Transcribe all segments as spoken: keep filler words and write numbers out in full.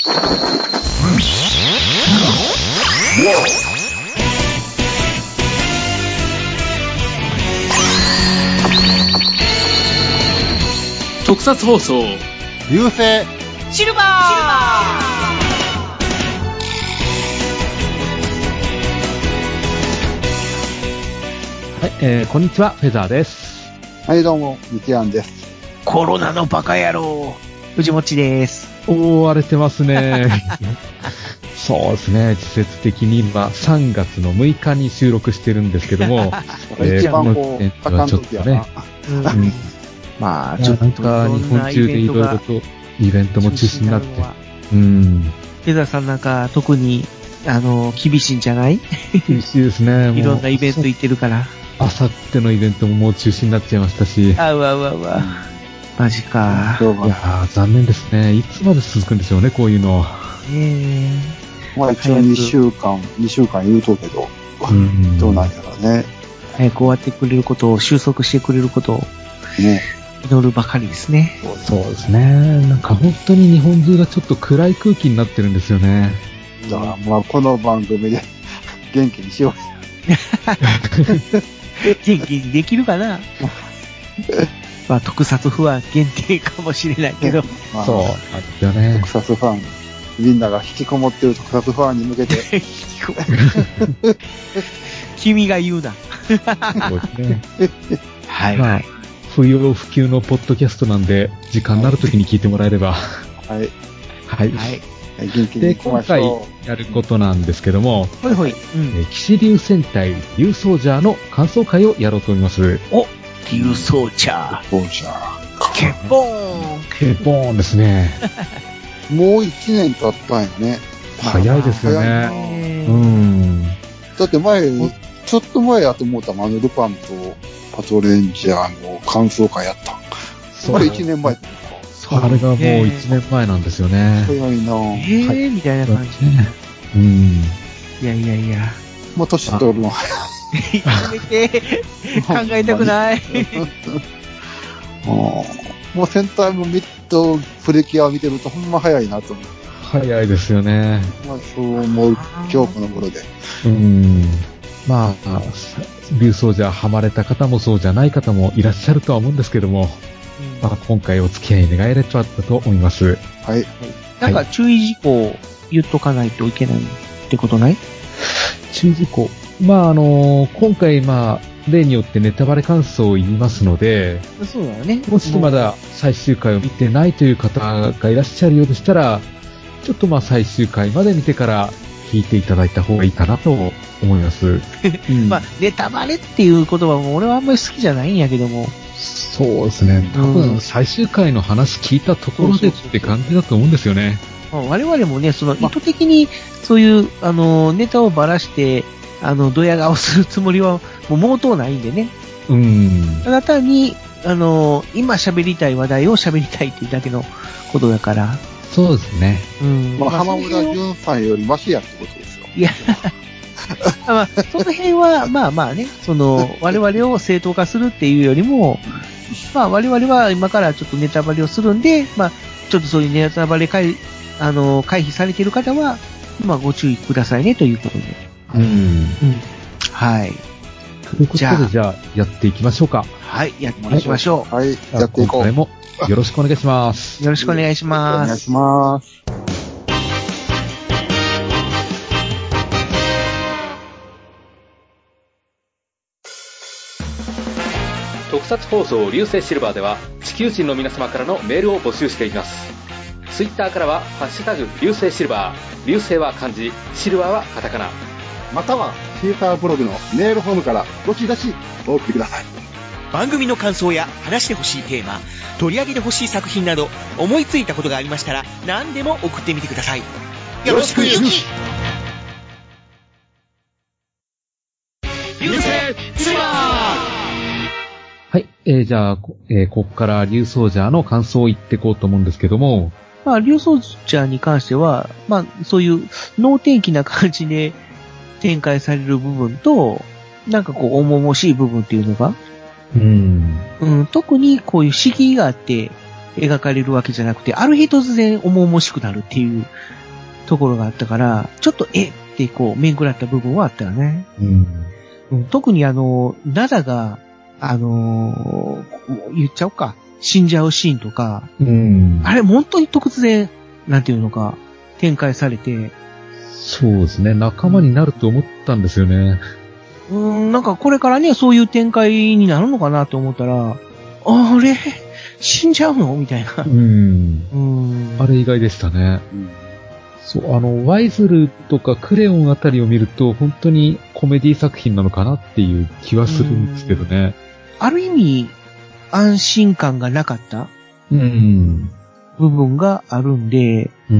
特撮放送流星シルバー。 はい、えー、こんにちは、フェザーです。 はい、どうも、ミキアンです。 コロナのバカ野郎、藤もちです。 覆われてますね。そうですね、季節的に今さんがつのむいかに収録してるんですけども、 えー、一番こう、あかん時やな。 うん、まあ、ちょっとなんか日本中でいろいろとイベントも中止になって、うん。 フェザーさんなんか特に、あの、厳しいんじゃない？ 厳しいですね。 いろんなイベント行ってるから。 あさってのイベントももう中止になっちゃいましたし。 あうわうわうわ。マジか。 いやー、残念ですね。いつまで続くんでしょうね、こういうの。 ええ。まあ一応にしゅうかん、にしゅうかん言うとけど、うん、どうなんやろね。 早く終わってくれることを、収束してくれることを、ね、祈るばかりですね。 そうですね。なんか本当に日本中がちょっと暗い空気になってるんですよね。 だからまあこの番組で元気にしよう。 元気にできるかな。まあ特撮ファン限定かもしれないけど。 まあ、 そうですよね。 特撮ファン、みんなが引きこもってる特撮ファンに向けて。 君が言うな。 そうですね。 はい。 まあ、不要不急のポッドキャストなんで、時間になるときに聞いてもらえれば。 はい。 はい。 はい。 元気にで、今回やることなんですけども、 ほいほい。うん。 騎士流戦隊竜ソージャーの感想会をやろうと思います。 お、竜ソージャー。 ソージャー。 ケッボーン。 ケッボーンですね。 もう一年経ったんやね。 早いですよね。うん。 だって前、ちょっと前やと思ったマヌルパンとパトレンジャーの感想会やった。それ一年前ってことか。あれがもう一年前なんですよね。 早いなぁ。えー、はい、みたいな感じ。 うん。 いやいやいや。 もう年取るの。 やめて。考えたくない。 もう戦隊もミッドプレキュア見てるとほんま早いなと思う。 早いですよね。 まあそう思う今日この頃で。 うん。まあ、竜ソージャーハマれた方もそうじゃない方もいらっしゃるとは思うんですけども、うん、まあ、今回お付き合い願えればと思います。 はい。 なんか注意事項言っとかないといけないってことない？ 注意事項。まあ、あのー、今回まあ、例によってネタバレ感想を言いますので、 そうだよね。 もしまだ最終回を見てないという方がいらっしゃるようでしたら、ちょっとまあ最終回まで見てから聞いていただいた方がいいかなと思います。 うん、まあ、ネタバレっていう言葉も俺はあんまり好きじゃないんやけども。 そうですね。多分最終回の話聞いたところでって感じだと思うんですよね。 我々もね、その意図的にそういう、あの、ネタをばらして、あの、ドヤ顔するつもりはもう毛頭ないんでね。 うん。 ただ単に、あの、今喋りたい話題を喋りたいっていうだけのことだから。 そうですね。 うん。まあ、浜村淳さんよりマシやってことですよ。 いや、まあ、その辺は、まあまあね、その、我々を正当化するっていうよりも、まあ我々は今からちょっとネタバレをするんで、まあ、ちょっとそういうネタバレ回、あの、回避されている方は、まあご注意くださいねということで。 うん。うん。 はい。 ということで、じゃあ、じゃあやっていきましょうか。 はい、やっていきましょう。 はい、やっていこう。 今回もよろしくお願いします。 よろしくお願いします。 お願いします。 特撮放送流星シルバーでは地球人の皆様からのメールを募集しています。ツイッターからはハッシュタグ流星シルバー、流星は漢字、シルバーはカタカナ、 またはシーサーブログのメールフォームからどしどしお送りください。 番組の感想や話してほしいテーマ、取り上げてほしい作品など思いついたことがありましたら何でも送ってみてください。よろしくゆき。 流星シルバー。 はい。えー、じゃあ、えー、ここから竜ソージャーの感想を言っていこうと思うんですけども。 まあ、竜ソージャーに関しては、まあ、そういう能天気な感じで展開される部分と、なんかこう、重々しい部分っていうのが、 うん。 うん、特にこういう敷居があって、 描かれるわけじゃなくて、ある日突然重々しくなるっていうところがあったから、ちょっとえってこう、面食らった部分はあったよね。 うんうん、特にあの、ナダが、あのー、言っちゃおうか、死んじゃうシーンとか、 うん、 あれ本当に突然、なんていうのか、展開されて。 そうですね、仲間になると思ったんですよね。 うーん、なんかこれからね、そういう展開になるのかなと思ったら、あれ死んじゃうのみたいな。 うん。 うん。 あれ意外でしたね。うん、そう、あの、ワイズルとかクレヨンあたりを見ると、本当にコメディ作品なのかなっていう気はするんですけどね。 ある意味、安心感がなかったうん部分があるんで、 うん、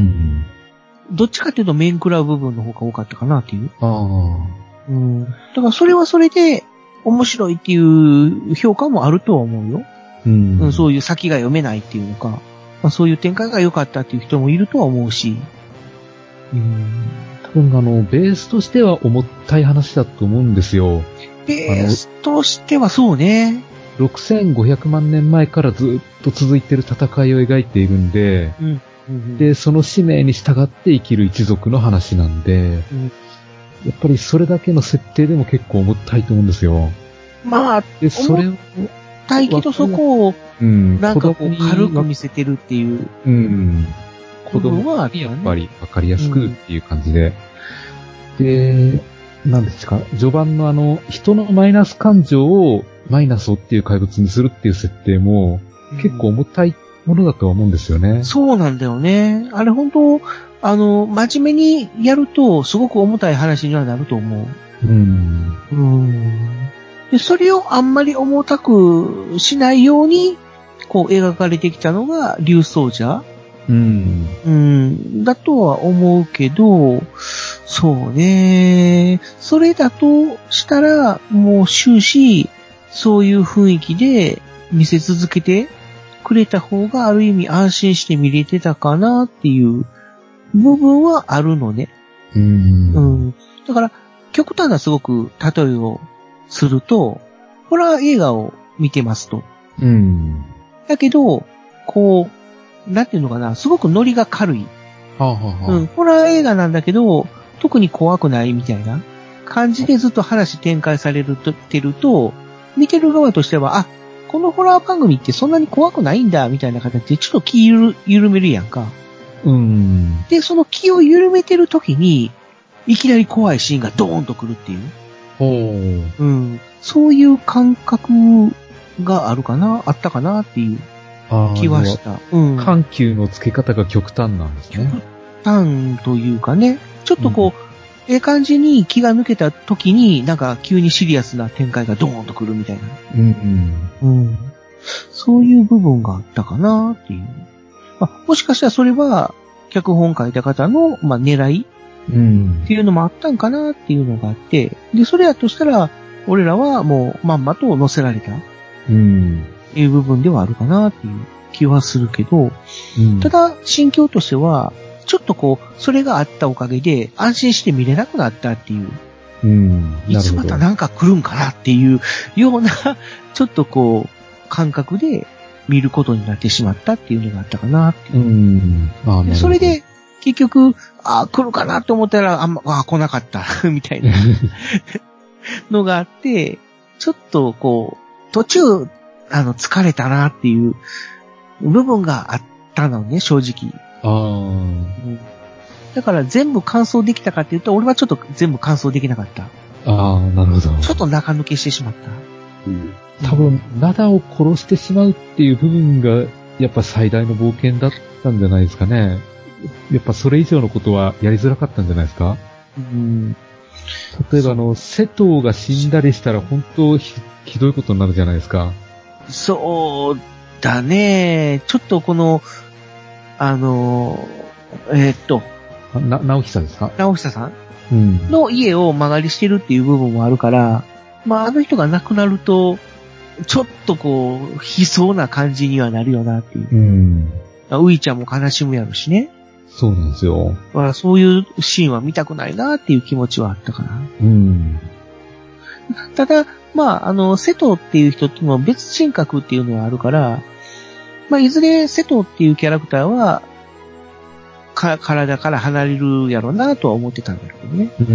どっちかっていうと面食らう部分の方が多かったかなっていう。 あうん。だからそれはそれで面白いっていう評価もあるとは思うよ。うん、うん、そういう先が読めないっていうのか、まあ、そういう展開が良かったっていう人もいるとは思うし。 うん、多分あの、ベースとしては重たい話だと思うんですよ。 ベースとしてはそうね。 ろくせんごひゃくまんねんまえからずっと続いている戦いを描いているんで、うんうんうん、で、その使命に従って生きる一族の話なんで、うん、やっぱりそれだけの設定でも結構重たいと思うんですよ。 まあ、 で、それを、 重たいけどそこを、うん、なんかこう軽く見せてるっていう。うん。 子供はやっぱり分かりやすくっていう感じで。うん、で、なんですか、序盤のあの、人のマイナス感情をマイナスをっていう怪物にするっていう設定も、結構重たいものだとは思うんですよね。うん、 そうなんだよね。あれ本当、あの、真面目にやると、すごく重たい話にはなると思う。うん。うん。で、それをあんまり重たくしないように、こう描かれてきたのが、竜奏者。うん。うん。だとは思うけど、そうね。それだとしたら、もう終始、そういう雰囲気で見せ続けてくれた方がある意味安心して見れてたかなっていう部分はあるのね。うん。うん。だから、極端なすごく例えをすると、ホラー映画を見てますと。うん。だけど、こう、なんていうのかな、すごくノリが軽い。はあはあ、うん。ホラー映画なんだけど、特に怖くないみたいな感じでずっと話展開されると、てると、見てる側としては、あ、このホラー番組ってそんなに怖くないんだ、みたいな形でちょっと気緩、緩めるやんか。うん。で、その気を緩めてる時に、いきなり怖いシーンがドーンと来るっていう。ほう。うん。そういう感覚があるかな、あったかなっていう気はした。うん。 緩急の付け方が極端なんですね。 極端というかね、ちょっとこう、うん、ええ感じに気が抜けた時に、なんか急にシリアスな展開がドーンと来るみたいな。うんうん。うん。そういう部分があったかなっていう。まあ、もしかしたらそれは、脚本書いた方の、まあ、狙いうん。っていうのもあったんかなっていうのがあって、で、それやとしたら、俺らはもうまんまと乗せられた。うん。っていう部分ではあるかなっていう気はするけど、うん、ただ、心境としては、ちょっとこう、それがあったおかげで、安心して見れなくなったっていう。うん。いつまたなんか来るんかなっていうような、ちょっとこう、感覚で見ることになってしまったっていうのがあったかなっていう。うん。ああ、でそれで、結局、ああ、来るかなと思ったら、あんま、ああ、来なかった、みたいなのがあって、ちょっとこう、途中、あの、疲れたなっていう部分があったのね、正直。ああ、うん。だから全部完走できたかっていうと、俺はちょっと全部完走できなかった。 ああ、なるほど。 ちょっと中抜けしてしまった。 うん。多分、ナダを殺してしまうっていう部分が、やっぱ最大の冒険だったんじゃないですかね。やっぱそれ以上のことはやりづらかったんじゃないですか。うん。例えばあの、瀬戸が死んだりしたら本当 ひ, ひどいことになるじゃないですか。 そうだね。ちょっとこの、あの、えー、っと。 な、直久ですか？ 直久さん、うん、の家を間借りしてるっていう部分もあるから、まああの人が亡くなると、ちょっとこう、悲壮な感じにはなるよなっていう。うん。ういちゃんも悲しむやろしね。 そうなんですよ。 まあそういうシーンは見たくないなっていう気持ちはあったかな。うん。ただ、まあ、あの、瀬戸っていう人との別人格っていうのはあるから、 まあ、いずれ瀬戸っていうキャラクターは、か、体から離れるやろうなとは思ってたんだけどね。 うん。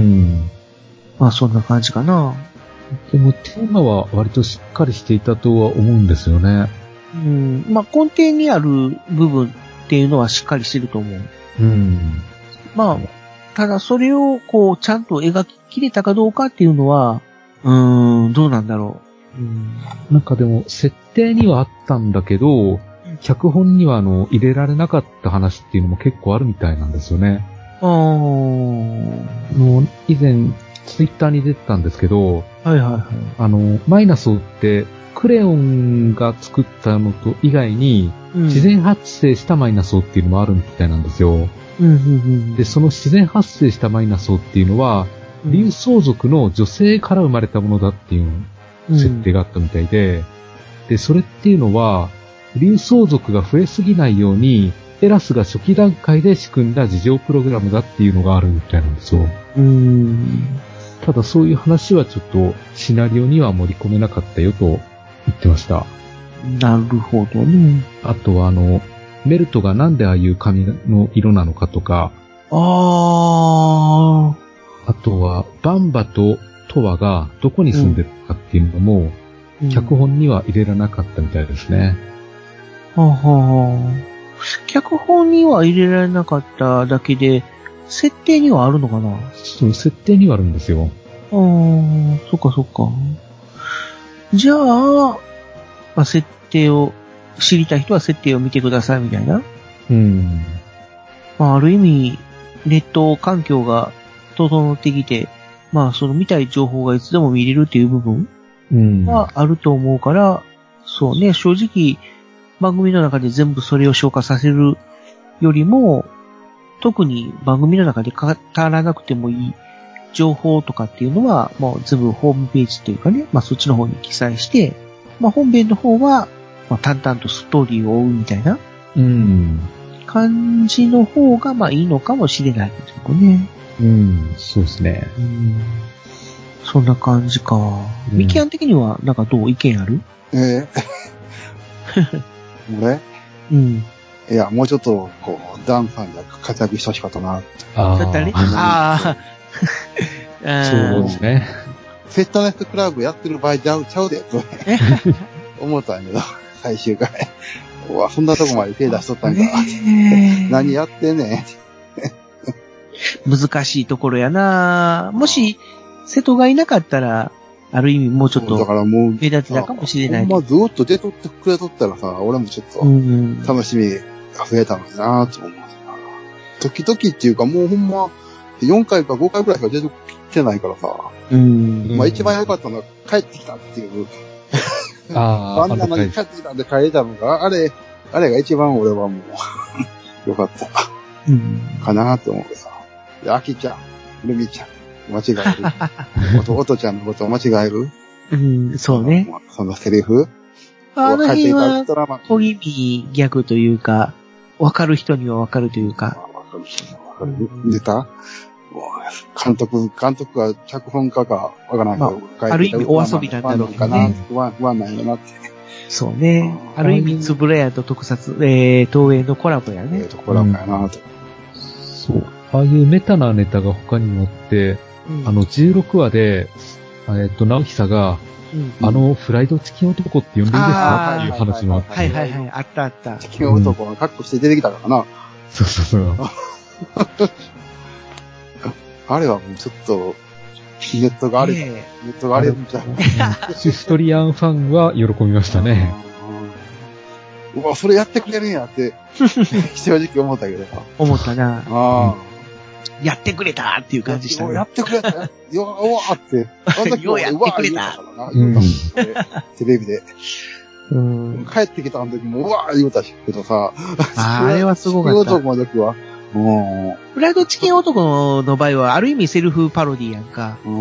まあ、そんな感じかな。 でも、テーマは割としっかりしていたとは思うんですよね。 うん。まあ、根底にある部分っていうのはしっかりしてると思う。 うん。 まあ、ただそれをこう、ちゃんと描ききれたかどうかっていうのは、うーん、どうなんだろう。うん、 なんかでも、設定にはあったんだけど、脚本にはあの、入れられなかった話っていうのも結構あるみたいなんですよね。 あー。 の以前、ツイッターに出てたんですけど、 はいはいはい。 あの、マイナスをって、クレヨンが作ったのと以外に、 うん、 自然発生したマイナスをっていうのもあるみたいなんですよ。 うんうんうん、 で、その自然発生したマイナスをっていうのは、 うん、 竜相族の女性から生まれたものだっていう設定があったみたいで、うん、で、それっていうのは、竜相族が増えすぎないように、エラスが初期段階で仕組んだ自浄プログラムだっていうのがあるみたいなんですよ。 うーん、 ただそういう話はちょっとシナリオには盛り込めなかったよと言ってました。 なるほどね。 あとはあの、メルトがなんでああいう髪の色なのかとか、 あー。 あとはバンバとトワがどこに住んでるかっていうのも、うん、脚本には入れられなかったみたいですね。 はあはあ、脚本には入れられなかっただけで、設定にはあるのかな？ そう、設定にはあるんですよ。 ああ、そっかそっか。じゃあ、まあ、設定を、知りたい人は設定を見てくださいみたいな。 うん。 まあ、ある意味、ネット環境が整ってきて、まあ、その見たい情報がいつでも見れるっていう部分はあると思うから、うん、そうね、正直、番組の中で全部それを消化させるよりも、特に番組の中で語らなくてもいい情報とかっていうのは、もう全部ホームページというかね、まあそっちの方に記載して、まあ本編の方は、まあ淡々とストーリーを追うみたいな、 うん、 感じの方がまあいいのかもしれないですけどね。 うん、そうですね。 うん、そんな感じか。うん、ミキアン的にはなんかどう意見ある？ えー、俺うん。 いや、もうちょっと、こう、ダンさんで活躍してほしかったな。 ああ。だったね。ああ。そうですね。 フィットネスクラブやってる場合ちゃう、ちゃうで、と思ったんやけど、最終回。うわ、そんなとこまで手出しとったんか。何やってんねん。難しいところやな。もし、瀬戸がいなかったら、ある意味もうちょっと、だからもう、目立ってたかもしれない。 ほんまずっと出とってくれとったらさ、俺もちょっと、楽しみが増えたのになぁと思う。時々っていうかもうほんま、よんかいかごかいくらいしか出てきてないからさ。 うん。 まあ一番良かったのは帰ってきたっていう。 ああ。 バンダナに帰ってきたんで帰れたのが、あれ、あれが一番俺はもう、良かった。うん。かなと思うさ。で、アキちゃん、ルミちゃん、間違える。おと、おとちゃんのことを間違える。 うん、そうね。 そのセリフ。 あの辺は、小気味逆というか、わかる人にはわかるというか。 わかる人にはわかる。出た？監督、監督が脚本家かわからないけど、 まあ、ある意味お遊びなんだろうけどね。 不安、不安なんやなって。 そうね。ある意味、つぶらやと特撮、えー、東映のコラボやね。 えーと、コラボやなと、 うん。そう。ああいうメタなネタが他にもあって、うん、あの、じゅうろくわで、えっと、直久が、うん、あの、フライドチキン男って呼んでいいですかっていう話もあって。 はいはいはい、あったあった。 チキン男がカッコして出てきたからな。 そうそうそう。 あれはもうちょっと、ネットがあれば、ネットがあればじゃん。 シストリアンファンは喜びましたね。 うわ、それやってくれるんやって、正直思ったけど。 思ったな。 ああ。 やってくれたっていう感じしたね。 やってくれたよ。よわーって。 あの時ようやってくれた。 テレビで。 うん、 帰ってきた時も、うわー言うたけどさ。 あ, あれはすごかった。 チキン男の時は。 フライドチキン男の場合は、ある意味セルフパロディやんか。うん。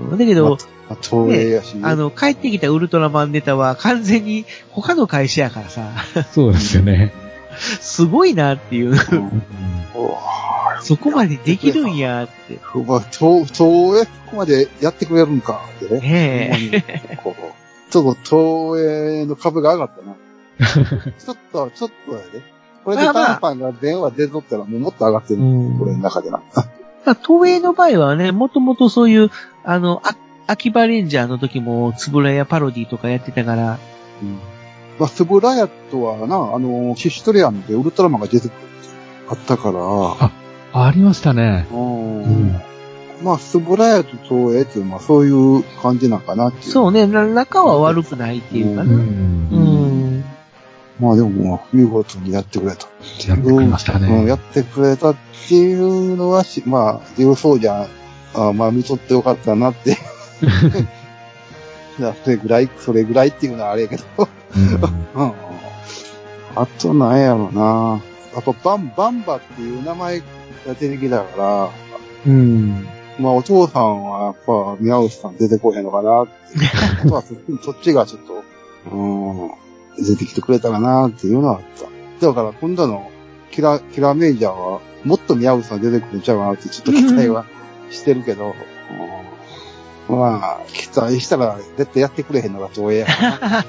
うん、だけど、 まあ、東映やし、ね、 あの、帰ってきたウルトラマンネタは完全に他の会社やからさ。 そうですよね。 すごいなっていう。うん、そこまでできるんやって。 まあ、東、東映ここまでやってくれるんかってね。 ねえ。 ちょっと東映の株が上がったな。 ちょっと、ちょっとやで。これで短パンが電話出とったらもうもっと上がってる。これの中でな。 東映の場合はね、もともとそういう、あの、あ秋葉レンジャーの時も、つぶらやパロディとかやってたから。 うん。まあ、つぶらやとはな、あの、シシトリアンでウルトラマンが出てくるあったから。 あ、ありましたね。 うん。まあ、つぶらやと東映っていうのはそういう感じなんかなっていう。 そうね、仲は悪くないっていうかな。うん。うん。 まあでも、見事にやってくれた。 やってくれましたね。 うん、やってくれたっていうのはし、まあ、重そうじゃん。あまあ、見とってよかったなって。それぐらい、それぐらいっていうのはあれやけど。うんうん、あとなんやろな。あと、バン、バンバっていう名前が出てきたから、うん。まあ、お父さんはやっぱ、宮内さん出てこへんのかなって。あとはそ、そっちがちょっと、うん、出てきてくれたかなっていうのはあった。だから、今度のキラ、キラメイジャーは、もっと宮内さん出てくるんちゃうかなってちょっと期待はしてるけど、うん、まあ、期待したら絶対やってくれへんのが東映やからな。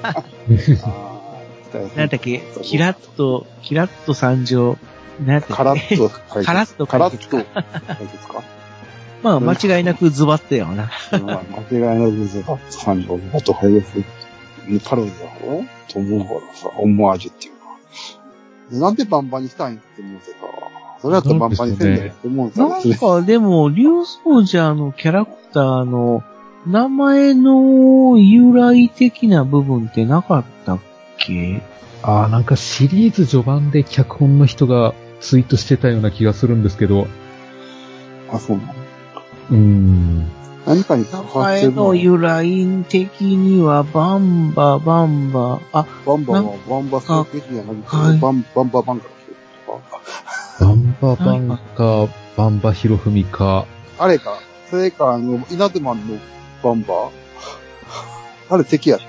なんだっけ、キラッと、キラッと参上。なんだっけ。 カラッと解決。 カラッと解決。 カラッと解決か。 まあ、間違いなくズバッとやわな。 まあ、間違いなくズバッと参上、ズバッと解決。パロディだろと思うからさ、オマージュっていうか。なんでバンバンにしたいんって思ってさ、それだとバンバンにせんねんって思うんですよ。 なんか、でも、リュウソルジャーのキャラクターの名前の由来的な部分ってなかったっけ？ ああ、なんかシリーズ序盤で脚本の人がツイートしてたような気がするんですけど。 あ、そうなの？ うーん。 何かに関わってるの？ 名前の由来的には、バンバ、バンバ、あ、 バンバはバンバ総決じゃなくて、バン、バンババンから来てるとか。 バンババンか、バンバヒロフミか。 あれか、それか、あの、稲妻のバンバあれ敵やし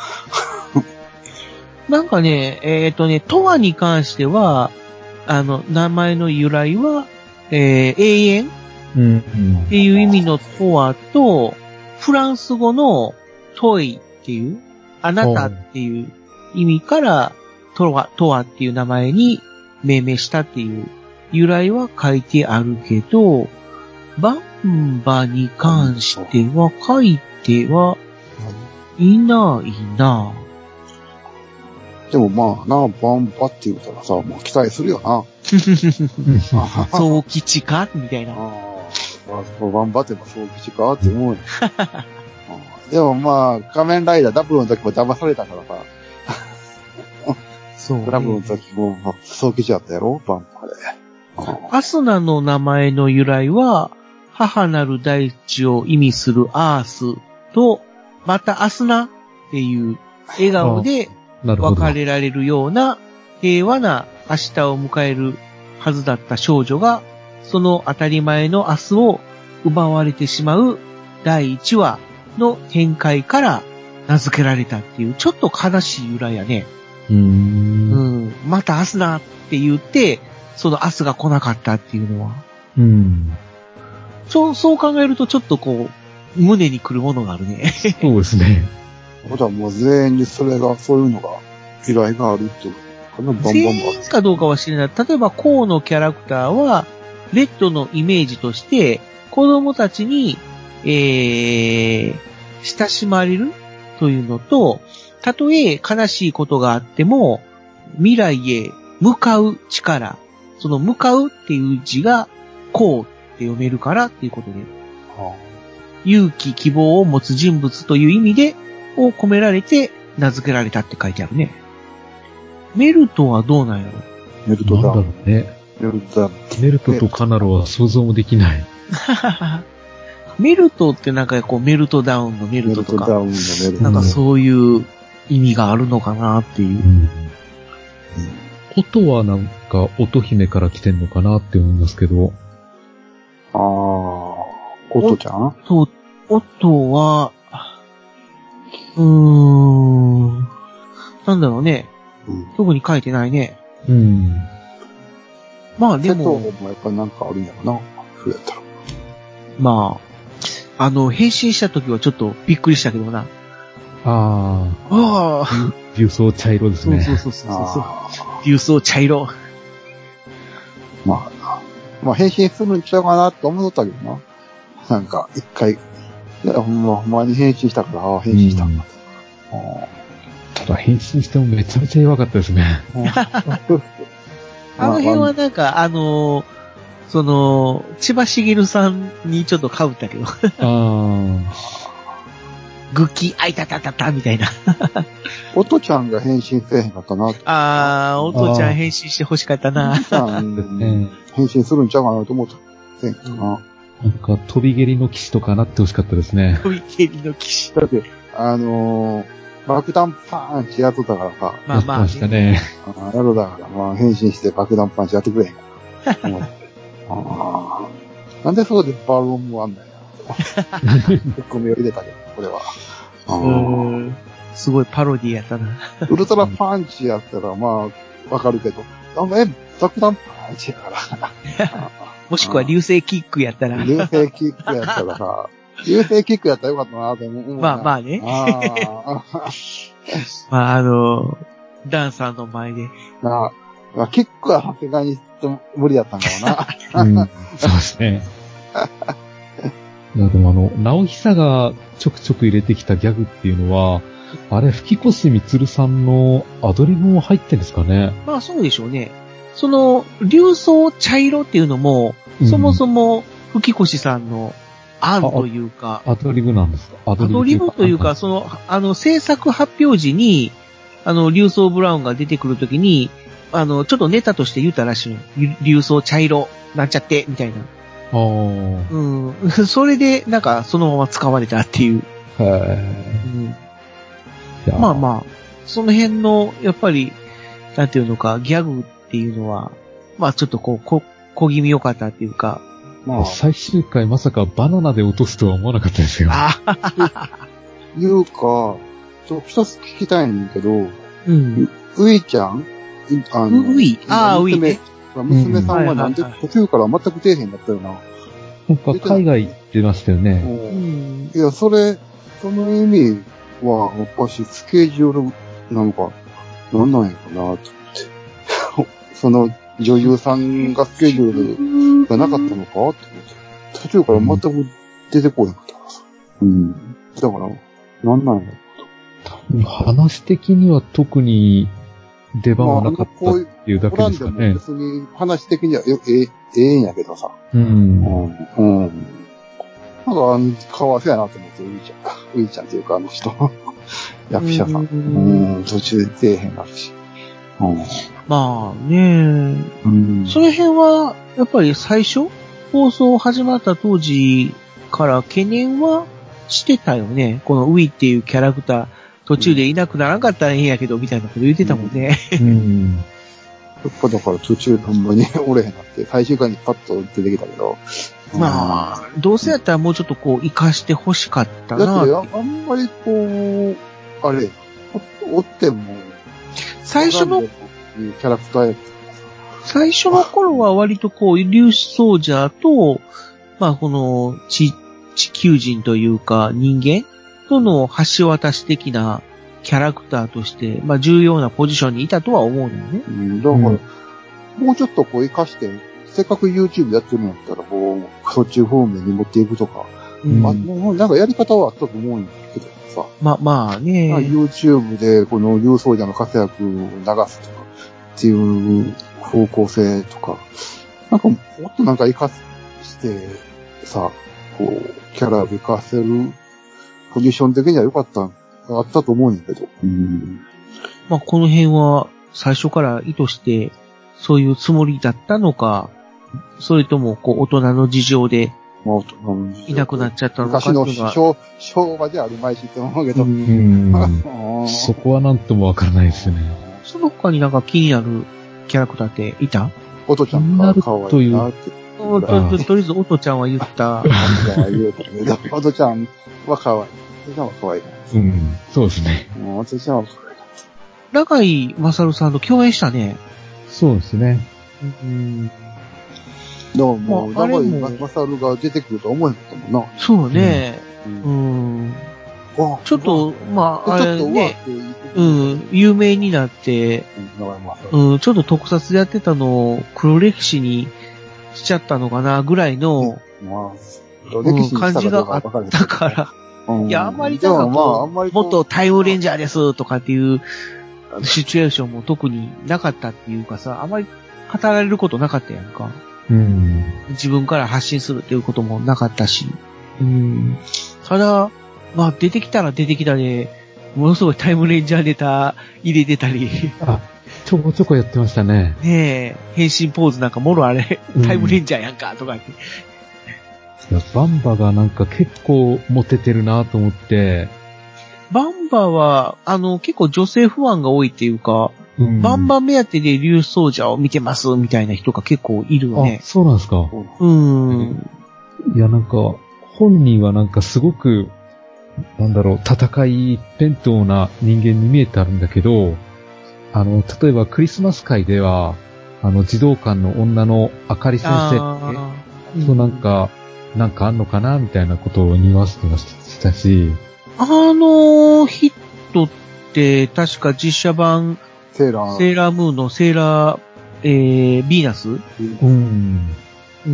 な。なんかね、えっとね、トワに関しては、あの、名前の由来は、えー、永遠うんうん、 っていう意味のトワと、フランス語のトイっていう、あなたっていう意味から、トワ、トワっていう名前に命名したっていう由来は書いてあるけど、バンバに関しては書いてはいないな。 でもまあな、バンバって言うたらさ、もう期待するよな。 そう吉かみたいな。 ああ、バンバって言えばそう吉かって思う。でもまあ、仮面ライダーダブルの時も騙されたからさ。 そう、ね。 ダブルの時もそう吉だったやろバンバで。 アスナの名前の由来は、母なる大地を意味するアースと、またアスナっていう笑顔で別れられるような平和な明日を迎えるはずだった少女が、その当たり前の明日を奪われてしまうだいいちわの展開から名付けられたっていう、ちょっと悲しい由来やね。 うーん。 うん。またアスナって言って、その明日が来なかったっていうのは。 うん。 そう、そう考えるとちょっとこう、胸に来るものがあるね。 そうですね。 ほら、もう全員にそれが、そういうのが、依頼があるっていうかな、バンバンバン。 全員かどうかは知れない。例えば、コウのキャラクターは、レッドのイメージとして、子供たちに、えー、親しまれるというのと、たとえ悲しいことがあっても、未来へ向かう力、その向かうっていう字が、コウって読めるからっていうことで、はあ、勇気、希望を持つ人物という意味で、を込められて名付けられたって書いてあるね。メルトはどうなんやろ？ メルトだ。 なんだろうね。 メルトだ。 メルトとカナロは想像もできない。 メルトってなんかこうメルトダウンのメルトとか。 メルトダウンのメルト。 なんかそういう意味があるのかなっていう。うん。 音はなんか乙姫から来てんのかなって思いますけど。 ああ、音ちゃん？ 音、音は、うーん。なんだろうね。うん、特に書いてないね。 うん。 まあでも。 瀬戸もやっぱなんかあるんやろな。増えたら。 まあ、あの、変身した時はちょっとびっくりしたけどな。 ああ。ああ。 重曹茶色ですね。 そうそうそうそうそう。 あ流装茶色。 ーまあ、まあ変身するんちゃうかなと思ったけどな。なんか、一回、いや、ほんま、ほんまに変身したから、ああ、変身したんだ。 ただ変身してもめちゃめちゃ弱かったですね。 あの辺はなんか、あのー、その、千葉茂さんにちょっと被ったけど。 ああ。 グッキー、あいたたたた、みたいな。 おとちゃんが変身せえへんかったな。 あー、おとちゃん変身して欲しかったな。 おとちゃん、変身するんちゃうかなと思った。せんかな。 なんか、飛び蹴りの騎士とかなってほしかったですね。 飛び蹴りの騎士。 だって、あのー、爆弾パーンチやっとったからさ。 まあまあ、 やってましたね。 あやろだから、まあ変身して爆弾パンチやってくれへんかな。思ってあーなんでそうでバロンもあんだよ。ツッコミを入れたけど、これは。あうーん。すごいパロディやったな。 ウルトラパンチやったら、まあ、わかるけど、あの、え、爆弾パンチやから。 もしくは流星キックやったら。 流星キックやったらさ、流星キックやったらよかったなと思う。 まあまあね。 あまああの、ダンサーの前で。 あ、なあ、キックはさすがに無理やったんかもな。 うん、そうですね。いやでもあの、直久がちょくちょく入れてきたギャグっていうのは、あれ、吹越みつるさんのアドリブも入ってんですかね。 まあそうでしょうね。その、流装茶色っていうのも、 うんそもそも吹越さんの案というか、 アドリブなんですか。アアドリブというか、その、あの、制作発表時に、あの、流装ブラウンが出てくるときに、あの、ちょっとネタとして言ったらしいの。流装茶色、なんちゃって、みたいな。 ああ。 うん。それで、なんか、そのまま使われたっていう。 へうん、 え。 まあまあ、その辺の、やっぱり、なんていうのか、ギャグっていうのは、まあちょっとこう、こ、小気味良かったっていうか。 まあ、 最終回まさかバナナで落とすとは思わなかったですよ。 ああ、 いうか、ちょっと一つ聞きたいんだけど、 うん。 ういちゃんあうういああ、ういね。 娘さんはなんでうんはいはいはい途中から全く出えへんだったよな。 なんか海外行ってましたよね。 うん。 いや、それ、その意味は、やっぱしスケジュールなのか、なんなんやろなと思って。その女優さんがスケジュールがなかったのかと思って。途中から全く出てこなかったからさ。うん。だから、なんなんやろ。 話的には特に出番はなかったっていうだけですかね。 まあ、別に話的にはええ、ええんやけどさ。 うん。 うん。うん。なんか、かわいそうやなと思って、ういちゃん。ういちゃんっていうか、あの人。役者さん。うん。途中で出えへんなるし。うん。 まあね、 うん。 その辺は、やっぱり最初、放送始まった当時から懸念はしてたよね。このウィっていうキャラクター、途中でいなくならんかったらいいんやけど、みたいなこと言ってたもんね。 うん。 やっぱだから途中ほんまにおれへんなって、最終回にパッと出てきたけど。 まあ、どうせやったらもうちょっとこう、活かして欲しかったな。 だってあ、あんまりこう、あれ、おっても、 最初の、 キャラクターや最初の頃は割とこう、粒子ソージャーと、まあこの、地、地球人というか人間との橋渡し的なキャラクターとして、まあ重要なポジションにいたとは思うのよね。 うん、だから、うん、もうちょっとこう活かして、せっかく YouTube やってるんやったら、こう、そっち方面に持っていくとか、 うん、 あもうなんかやり方はあったと思うんだけどさ。 ま、まあね。 YouTube でこの流走者の活躍を流すとかっていう方向性とか、なんかもっとなんか活かしてさ、こう、キャラを活かせるポジション的には良かった、あったと思うんだけど。うん、 まあこの辺は最初から意図してそういうつもりだったのか、それともこう大人の事情でいなくなっちゃったのかっていうのは。 昔の昭昭和じゃあるまいしって思うけど。 うんそこはなんともわからないですね。 その他になんか気になるキャラクターっていた？ おとちゃんが可愛いなって。 と, と, とりあえずおとちゃんは言った。 おとちゃんは言うたけど、おとちゃんは可愛い。おとちゃんは可愛い。 うん、そうですね。 おとちゃんは可愛い。 永井勝さんと共演したね。 そうですね。 うん。 でももう、 まあ、 長井勝が出てくると思えなかったもんな。 そうね。 うん。 うん。 ちょっと、まあ、あれちょっと、うわね、うん、有名になって、うん、ちょっと特撮でやってたのを黒歴史にしちゃったのかな、ぐらいの、 まあ、 うん、感じがあったから、うん、いや、あんまりなんかこう、まあ、あんまりもっとタイムレンジャーですとかっていうシチュエーションも特になかったっていうかさ、あんまり語られることなかったやんか。 うん、 自分から発信するっていうこともなかったし。うん、ただ、まあ出てきたら出てきたで、ものすごいタイムレンジャーネタ入れてたり。 あ、ちょこちょこやってましたね。 ねえ、変身ポーズなんかもろあれ、タイムレンジャーやんか、とか言って。 いや、バンバがなんか結構モテてるなと思って。 バンバは、あの、結構女性ファンが多いっていうか、うん、バンバ目当てで竜奏者を見てますみたいな人が結構いるよね。 あ、そうなんですか。 うん。 いや、なんか、本人はなんかすごく、なんだろう、戦い一辺倒な人間に見えてあるんだけど、あの、例えばクリスマス会では、あの、児童館の女のあかり先生って、そうなんか、なんかあんのかなみたいなことを匂わせてましたし。 あの人って、確か実写版、 セーラー、 セーラームーンのセーラー、えー、ビーナス、 うん、 うん。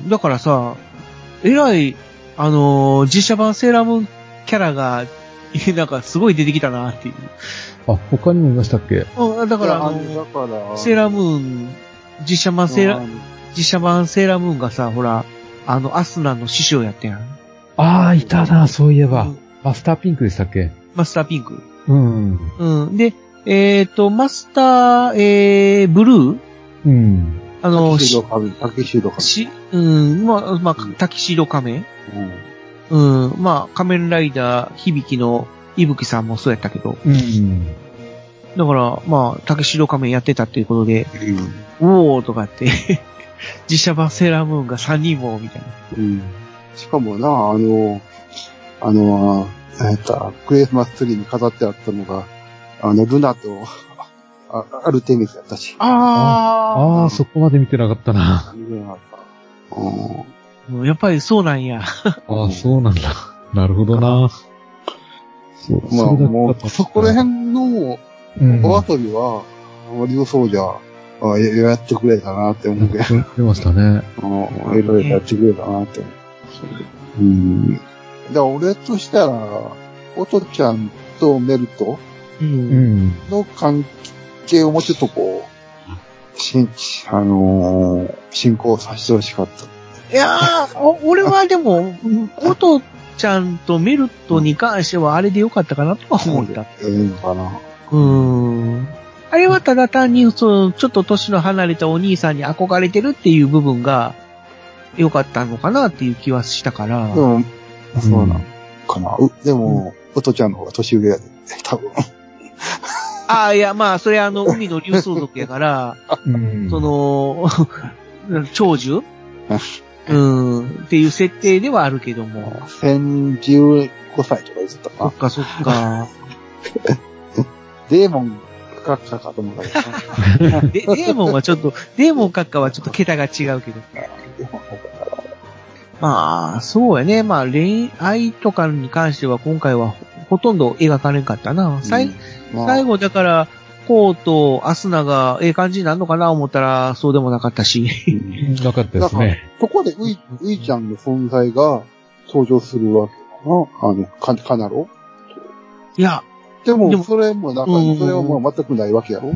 だからさ、えらい、あのー、実写版セーラームーンキャラが、なんかすごい出てきたなっていう。 あ、他にもいましたっけ？ うん、だから、あのー、だからセーラームーン、実写版セーラー、実写版セーラームーンがさ、ほら、あの、アスナの師匠やったやん。 ああ、いたな、そういえば。うん、マスターピンクでしたっけ？ マスターピンク。 うん。 うん。で、えっ、ー、と、マスター、えー、ブルー？ うん。 あの、 タキシードカメ。タキシードカメ。 し、うん、まあ、まあ、タキシードカメ。うん。うん。まあ、仮面ライダー、響の伊吹さんもそうやったけど。 うん。 だから、まあ、タキシードカメやってたっていうことで、うん、おーとかって、実写版セーラームーンがさんにんも、みたいな。 うん。しかもな、あの、あの、えっと、クリスマスツリーに飾ってあったのが、あの、ルナと、あ、アルテミスやったし。 ああ。 ああ、そこまで見てなかったな。 見てなかった。 うん。やっぱりそうなんや。 ああ、そうなんだ。なるほどな。 そう。まあ、もう、そこら辺の、お遊びは、竜奏者、あやってくれたなって思うけど。 やってましたね。 うん。いろいろやってくれたなって思う。うん。だから俺としたら、おとちゃんとメルトの関係をもうちょっとこう、しん、あのー、進行させてほしかった。 いやー、俺はでも、おとちゃんとメルトに関してはあれでよかったかなとは思った。 ええのかな。 うーん。あれはただ単に、その、ちょっと年の離れたお兄さんに憧れてるっていう部分が良かったのかなっていう気はしたから。 うん。そうなのかな。うでも、おとちゃんの方が年上やで、多分。 ああ、いや、まあ、それあの、海の竜相族やから、うん、その、長寿うん、っていう設定ではあるけども。 せんじゅうごさいとか言ってたかな。 そっかそっか。 デーモン閣下かと思ったけど。 デーモンはちょっと、デーモン閣下はちょっと桁が違うけど。まあ、そうやね。まあ、恋愛とかに関しては今回はほとんど描かれんかったな。最、うん、最後だから、コウとアスナがええ感じになるのかな思ったら、そうでもなかったし。 なかったですね。 そこでウイ、ウイちゃんの存在が登場するわけかな。あの、カ、カナロいや。 でも、それもなんか、それはもう全くないわけやろ。うん、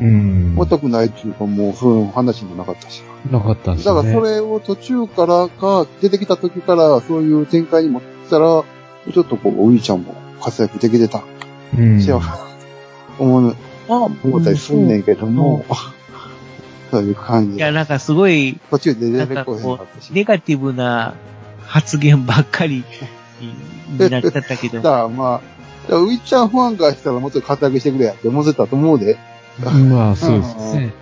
全くないっていうか、もうそういう話もなかったし。 なかったんですね。 だからそれを途中からか、出てきた時からそういう展開に持ったら、ちょっとこう、ウイちゃんも活躍できてた。うん。しよう。思う、思ったりすんねんけども、うん、そういう感じ。 いや、なんかすごい、 途中で出てこへんかったし。 ネガティブな発言ばっかりになっちゃったけど。 だからまあ、ウイちゃんファンがしたらもっと活躍してくれやって思ってたと思うで。 まあ、そうですね。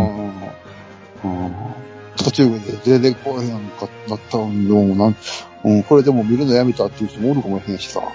途中で出てこへんかったんでもなん、うん、これでも見るのやめたっていう人もおるかもしれんしさ。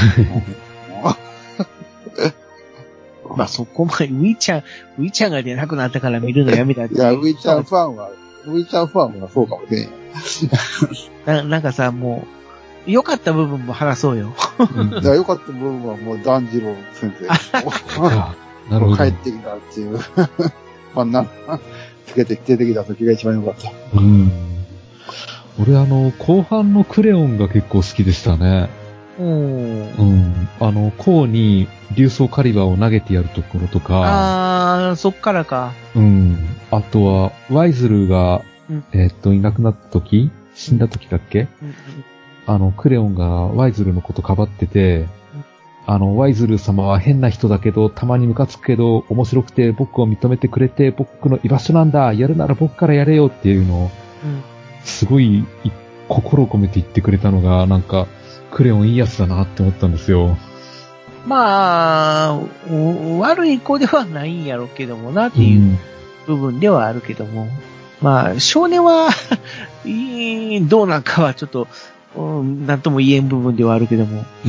まあそこまで、ウィちゃん、ウィちゃんが出なくなったから見るのやめたって。 いや、ウィちゃんファンは、ウィちゃんファンはそうかもしれん。 ななんかさ、もう、 良かった部分も話そうよ。 うん、いや、良かった部分はもう、團次郎先生。なるほど。帰ってきたっていう。まあ、な、つけて出てきた時が一番良かった。うん。 俺あの、後半のクレヨンが結構好きでしたね。うん。あの、こうに竜装カリバーを投げてやるところとか。 あー、そっからか。 うん。あとは、ワイズルが、うん、えー、っと、いなくなった時死んだ時だっけ、うんうん、あの、クレヨンがワイズルのことかばってて、うん、あの、ワイズル様は変な人だけど、たまにムカつくけど、面白くて僕を認めてくれて、僕の居場所なんだ、やるなら僕からやれよっていうのを、うん、すごい、心を込めて言ってくれたのが、なんか、クレヨンいいやつだなって思ったんですよ。 まあ、悪い子ではないんやろうけどもなっていう部分ではあるけども。うん、まあ、少年は、どうなんかはちょっと、うん、なんとも言えん部分ではあるけども。うん、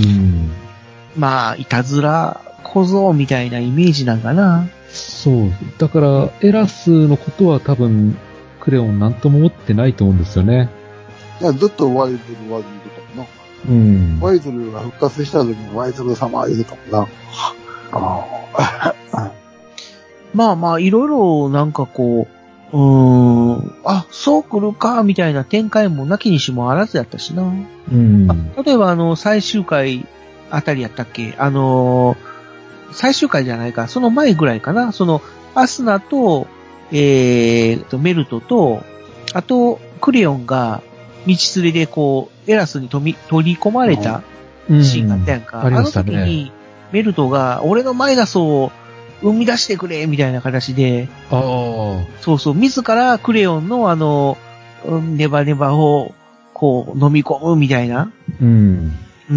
まあ、いたずら小僧みたいなイメージなんかな。 そう。だから、エラスのことは多分、クレヨンなんとも思ってないと思うんですよね。 いや、ずっとワイズル、ワイズルとかもな。うん。ワイズルが復活した時にワイズル様言うとかもな。 あまあまあ、いろいろなんかこう、うーん、あ、そう来るか、みたいな展開もなきにしもあらずやったしな。うん。例えばあの、最終回あたりやったっけあの、最終回じゃないか、その前ぐらいかな。その、アスナと、えーと、メルトと、あと、クレヨンが、道連れでこう、エラスに取り込まれたシーンがあったやんか。うん、あ, あの時に、メルトが、俺のマイナスを生み出してくれみたいな形で、あそうそう、自らクレヨンのあの、ネバネバを、こう、飲み込むみたいな、うん。うん、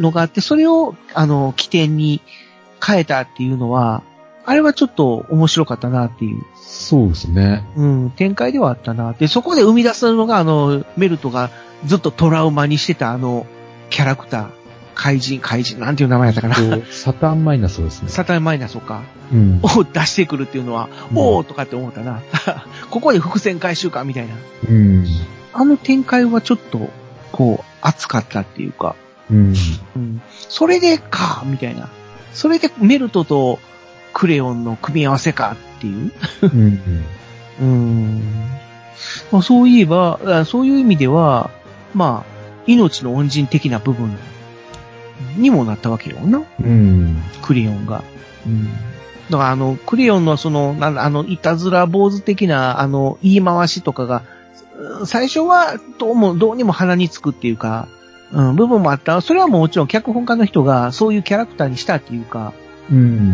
のがあって、それを、あの、起点に変えたっていうのは、あれはちょっと面白かったなっていう。 そうですね。 うん、展開ではあったな。で、そこで生み出すのが、あの、メルトがずっとトラウマにしてたあの、キャラクター。怪人、怪人、なんていう名前やったかな。 サタンマイナスですね。 サタンマイナスか。うん。を出してくるっていうのは、うん、おーとかって思ったな。ここで伏線回収か、みたいな。うん。あの展開はちょっと、こう、熱かったっていうか。うん。うん。それでか、みたいな。それでメルトとクレヨンの組み合わせかっていう。うん。うん。まあ、そういえば、そういう意味では、まあ、命の恩人的な部分にもなったわけよな。うん。クレヨンが。うん。だからあの、クレヨンのその、なんあの、いたずら坊主的な、あの、言い回しとかが、最初は、どうも、どうにも鼻につくっていうか、うん、部分もあった。それはもちろん脚本家の人がそういうキャラクターにしたっていうか、うん。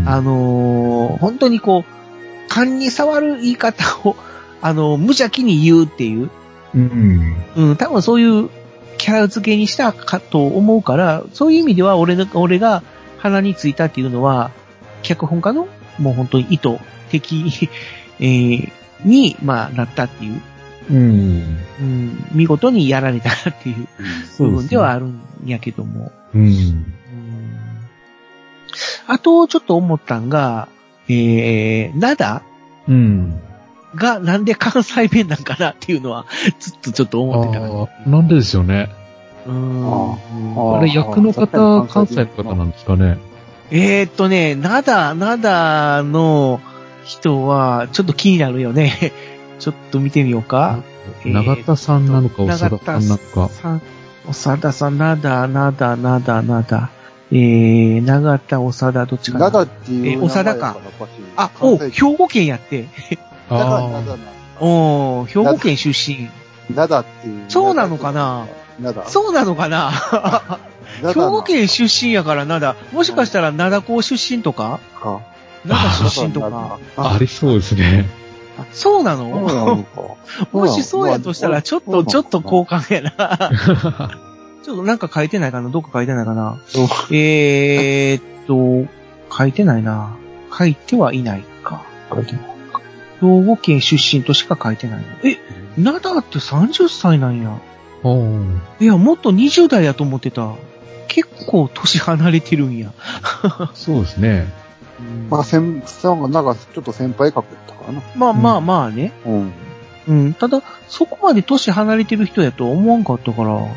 あのー、本当にこう、勘に触る言い方を、あの、無邪気に言うっていう。うん。うん、多分そういうキャラ付けにしたかと思うから、そういう意味では俺が、俺が鼻についたっていうのは、脚本家のもう本当に意図的、えー、に、まあ、なったっていう。うん。うん。見事にやられたっていう部分ではあるんやけども。うん。うん、あと、ちょっと思ったんが、えー、ナダうん。がなんで関西弁なんかなっていうのは、ずっとちょっと思ってたから。 あなんでですよね。うん。あれ、役の方、関西の方なんですかね。 えーっとね、ナダ、ナダの人は、ちょっと気になるよね。ちょっと見てみようか。 長田さんなのか、長田さんなのか。 長田さん、ナダ、ナダ、ナダ、ナダ。えー、長田、長田、どっちかな。 長田っていう名前やから。 え、長田か。あ、お、兵庫県やって。 だから長田な。 お兵庫県出身。 長っていう。 そうなのかなそうなのかな兵庫県出身やから灘。もしかしたら灘高出身とかか灘出身とか。 ありそうですね。 そうなのもしそうやとしたら、ちょっと、ちょっと交換やな。ちょっとなんか書いてないかなどっか書いてないかなえーっと、書いてないな。書いてはいないか。書いてないか。兵庫県出身としか書いてないの。え、灘ってさんじゅっさいなんや。いや、もっとにじゅう代やと思ってた。結構年離れてるんや。 そうですね。 まあ、先、なんかちょっと先輩格やったからな。 まあまあまあね。うん。うん。ただ、そこまで年離れてる人やと思わんかったから。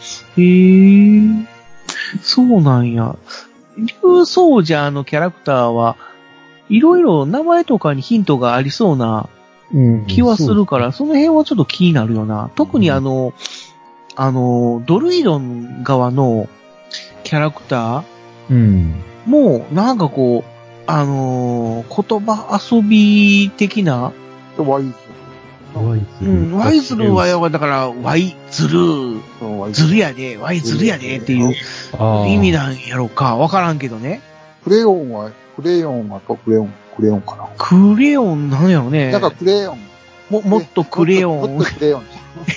へえ、そうなんや。竜ソージャーのキャラクターは、いろいろ名前とかにヒントがありそうな気はするから、うん、その辺はちょっと気になるよな。特にあの、うん、あの、ドルイドン側のキャラクター、うん、もう、なんかこう、あのー、言葉遊び的な。 ワイズル。ワイズル。うん、ワイズルは、だから、ワイズル、ズルやで、ワイズルやでっていう意味なんやろうか。わからんけどね。 クレヨンは、クレヨンはクレヨン、クレヨンかな。 クレヨンなんやろね。 なんかクレヨン。 も、もっとクレヨン。 もっとクレヨン。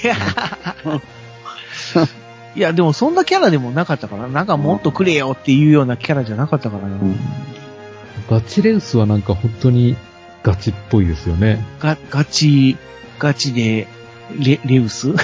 いや、でもそんなキャラでもなかったから、なんかもっとくれよっていうようなキャラじゃなかったからな。うん、 ガチレウスはなんか本当にガチっぽいですよね。 ガ、ガチ、ガチで、レ、レウス、うん、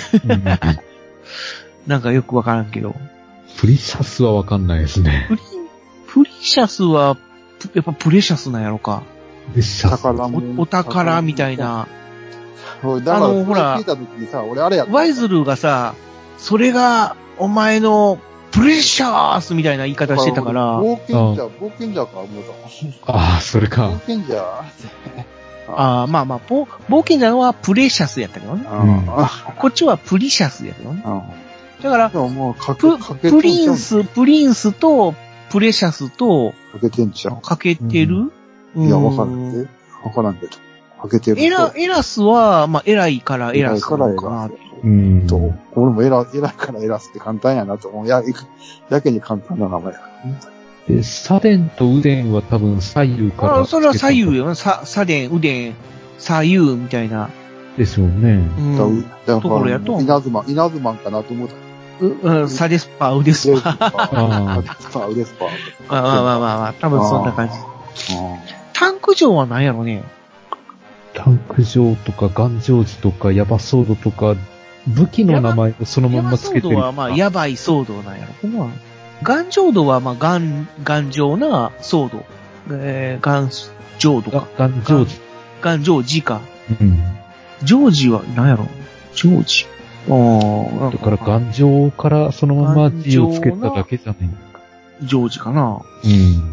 なんかよくわからんけど。 プリシャスはわかんないですね。 プリ、プリシャスは、やっぱプレシャスなんやろか。 プレシャス。 お、お宝みたいな。 あの、ほら、聞いた時にさ、俺あれやった。 ワイズルがさ、それが、お前の、プレッシャースみたいな言い方してたから。 冒険者、冒険者か、思うた。ああ、それか。 冒険者ああ、まあまあ、冒険者はプレシャスやったけどね。うん、こっちはプリシャスやけどね。うん、だから、 もうかプ、プリンス、プリンスと、プレシャスと、 かけてんちゃうかけてる、 うん、いや、わからんね。わからんけど。かけてる。 エラ、エラスは、まあ、偉いからエラスなのかな。 うん。と、俺もエラ、偉いからエラスって簡単やなと思う。や、やけに簡単な名前やからね。 で、サデンとウデンは多分左右から。 あ、それは左右よね。サ、サデン、ウデン、左右みたいな。 ですよね。 うん。ところやと。 稲妻、稲妻かなと思った。 う、うん、サデスパ、ウデスパ。 サデスパ、ウデスパ。 まあまあまあまあ、多分そんな感じ。タンク城は何やろね。 タンク城とか、ガンジョージとか、ヤバソードとか、武器の名前をそのまんまつけてる。 ヤバソードはまあ、ヤバいソードなんやろ。まあ、ガンジョードはまあ、ガン、頑丈なソード。えー、ガンジョードか。 ガンジョージ。 ガンジョージか。 うん。 ジョージは何やろ。ジョージ。ああ。 だから頑丈からそのまま字をつけただけじゃない。 ジョージかな。 うん。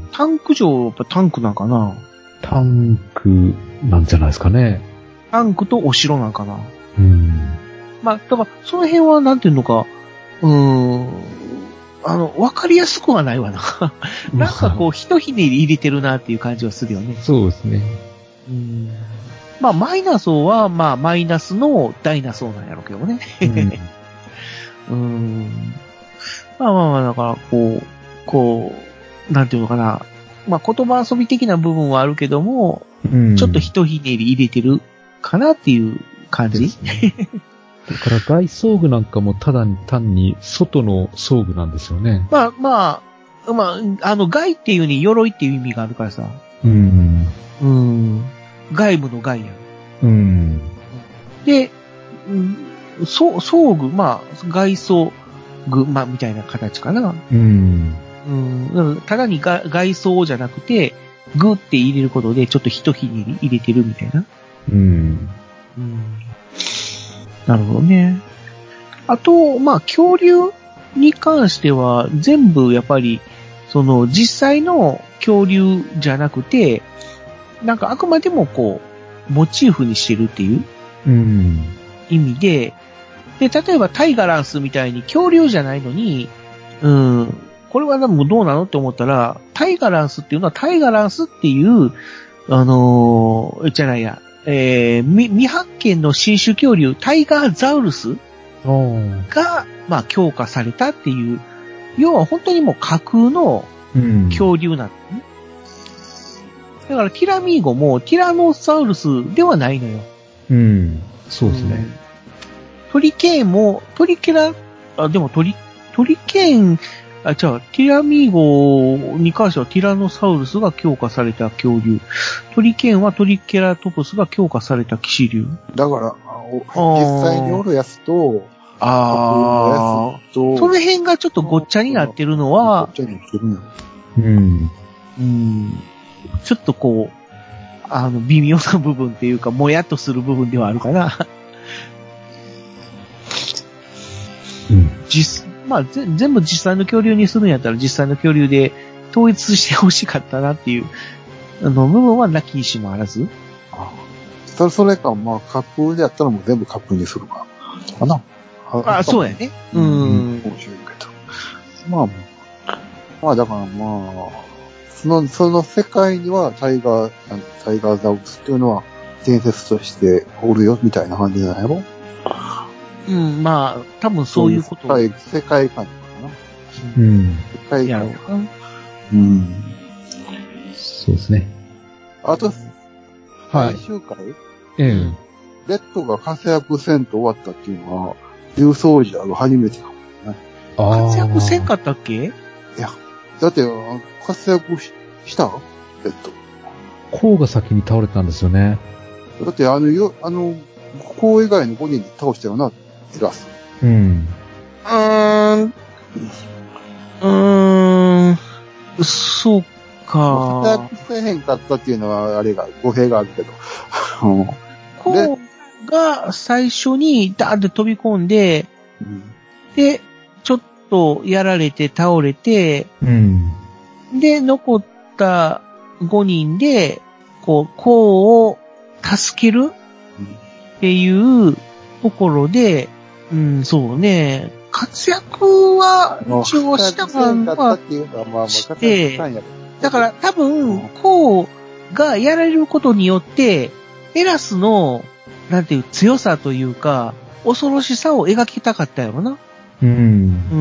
タンク城やっぱタンクなんかな。 タンクなんじゃないですかね。 タンクとお城なんかな。 うん。 まあ、だから、その辺はなんていうのか、うーん、あの、わかりやすくはないわな。なんかこう、ひとひねり入れてるなっていう感じはするよね。 そうですね。 うん。まあ、マイナソーは、まあ、マイナスのダイナソーなんやろうけどね。うん。うーん。まあまあまあ、だから、こう、こう、なんていうのかな。まあ、言葉遊び的な部分はあるけども、うん、ちょっとひとひねり入れてるかなっていう感じ。 だから外装具なんかもただ単に外の装具なんですよね。 まあまあ、まあ、あの外っていうに鎧っていう意味があるからさ。 うん。 うん。外部の外や。 うん。 で、うん、そ装具、まあ、外装具、まあ、みたいな形かな。 うん。 うん。ただにが外装じゃなくて、グって入れることでちょっとひとひねり入れてるみたいな。 うん。 うん。なるほどね。あと、まあ、恐竜に関しては、全部やっぱり、その、実際の恐竜じゃなくて、なんかあくまでもこう、モチーフにしてるっていう意味で、うん、で、例えばタイガランスみたいに恐竜じゃないのに、うん、これはでもどうなのって思ったら、タイガランスっていうのはタイガランスっていう、あのー、じゃないや、えー、未発見の新種恐竜、タイガーザウルスが、まあ、強化されたっていう、要は本当にもう架空の恐竜なんだね。うん、だからティラミーゴもティラノサウルスではないのよ。 うん。そうですね。うん、 トリケーンも、トリケラ、あ、でもトリ、トリケーン、あ、じゃあ、ティラミーゴに関してはティラノサウルスが強化された恐竜。トリケーンはトリケラトプスが強化された騎士竜。 だから、実際におるやつと、 ああ、その辺がちょっとごっちゃになってるのは、 ごっちゃになってるんや。 うん。 うん。ちょっとこう、あの、微妙な部分っていうか、もやっとする部分ではあるかな。 うん。 実、 まあ、ぜ全部実際の恐竜にするんやったら実際の恐竜で統一してほしかったなっていう、あの、部分はなきにしもあらず。 あそれ、それか、まあ、架空でやったらもう全部架空にするか。かな。 ああ、そうやね。うん。うん、 面白いけど。まあ、まあ、だからまあ、その、その世界にはタイガー、タイガーザウルスっていうのは伝説としておるよ、みたいな感じじゃないの？ うん、まあ、多分そういうことを。世界、世界観かな。 うん。 世界観かな。 うん。 そうですね。 あと、 はい。 最終回、 ええ。 レッドが活躍せんと終わったっていうのは、竜ソージャーが初めてかもね。 活躍せんかったっけ？いや、だって、活躍し、したレッド。 コウが先に倒れたんですよね。 だって、あの、よ、あの、コウ以外のごにんで倒したよな、エラス。 うん。 うーん。うーん。そうか。 活躍せへんかったっていうのは、あれが、語弊があるけど。 コウが最初にダーって飛び込んで、 うん、 で、ちょっとやられて倒れて、 うん、 で、残ったごにんで、こう、コウを助けるっていうところで、うん、そうね、活躍は一応した感はして、だから多分、コウがやられることによって、エラスの、なんていう強さというか、恐ろしさを描きたかったやろな。 うん。 うん。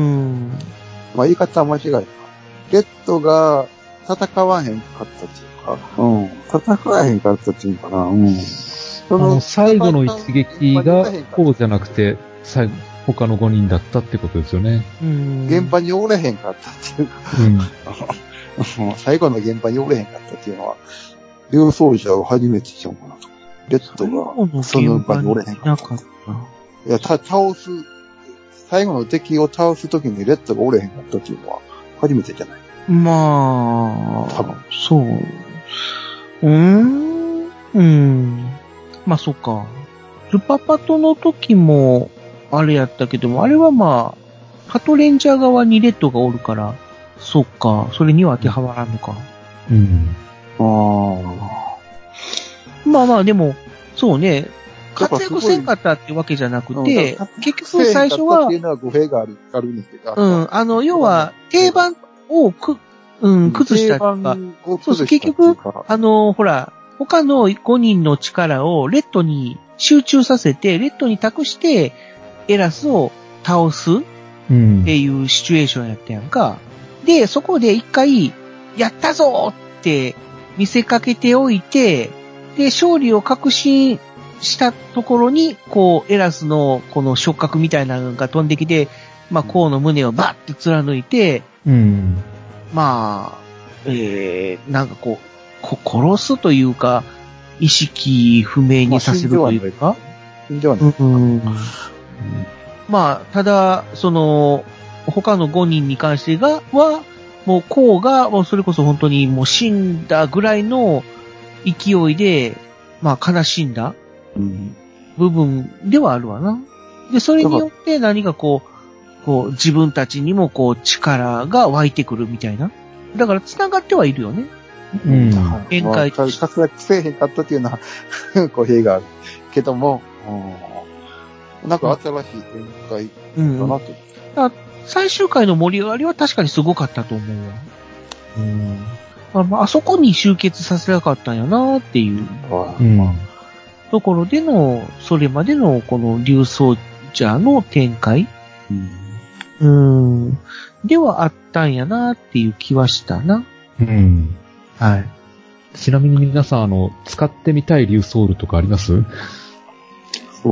まあ言い方は間違いない。レッドが戦わへんかったっていうか、うん。戦わへんかったっていうかな、うん。 その最後の一撃がこうじゃなくて、最後、他のごにんだったってことですよね。 うん。現場におれへんかったっていうか、うん。最後の現場におれへんかったっていうのは、両奏者を初めてしようかなと。レッドがその場におれへんかった。いや、た、倒す、最後の敵を倒すときにレッドがおれへんかったっていうのは初めてじゃない。 まあ、多分。そう。うーん。うん。まあ、そっか。ルパパトの時も、あれやったけども、あれはまあ、パトレンジャー側にレッドがおるから、そっか。それには当てはまらんのか。 うん。 ああ。 まあまあ、でも、そうね。活躍せんかったってわけじゃなくて、結局最初は、 っていうのは語弊がある、あるんですけど。 うん、あの、要は、定番をく、うん、崩したっていうか、そうそう、結局、あの、ほら、他のごにんの力をレッドに集中させて、レッドに託して、エラスを倒すっていうシチュエーションやったやんか。うん、で、そこで一回、やったぞって見せかけておいて、で、勝利を確信したところに、こう、エラスのこの触覚みたいなのが飛んできて、まあ、コウの胸をバッて貫いて、 うん、 まあ、えー、なんかこう、こ殺すというか、意識不明にさせるというか、 死んではない。 うん、まあ、ただ、その、他のごにんに関してが、は、もう、コウが、もうそれこそ本当にもう死んだぐらいの勢いで、まあ、悲しんだ部分ではあるわな。で、それによって何かこう、こう、自分たちにもこう、力が湧いてくるみたいな。だから、繋がってはいるよね。 うん。 展開として。 活躍せえへんかったっていうのは、語弊がある。けども、なんか新しい展開だなと。 うん、最終回の盛り上がりは確かにすごかったと思うわ。うん。あ, まあ、あそこに集結させなかったんやなっていう、 うん、 ところでの、それまでのこの竜奏者の展開、うん、うんではあったんやなっていう気はしたな。 うん。 はい。 ちなみに皆さん、あの、使ってみたい竜ソウルとかあります？ そう。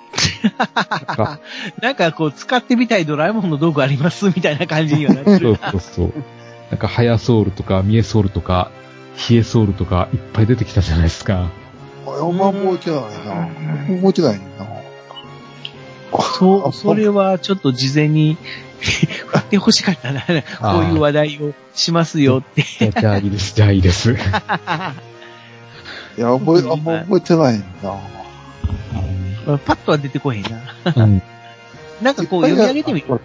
なんかこう、使ってみたいドラえもんの道具ありますみたいな感じにはなってる。 そうそうそう。なんか、ハヤソウルとか、ミエソウルとか、ヒエソウルとか、いっぱい出てきたじゃないですか。 あ、あんま覚えてないな。覚えてないな。 そう、それはちょっと事前に振ってほしかったな。こういう話題をしますよって。 じゃあいいです、じゃあいいです。いや、覚え、あんま覚えてないな。 パッとは出てこへんな。 うん、 なんかこう読み上げてみる。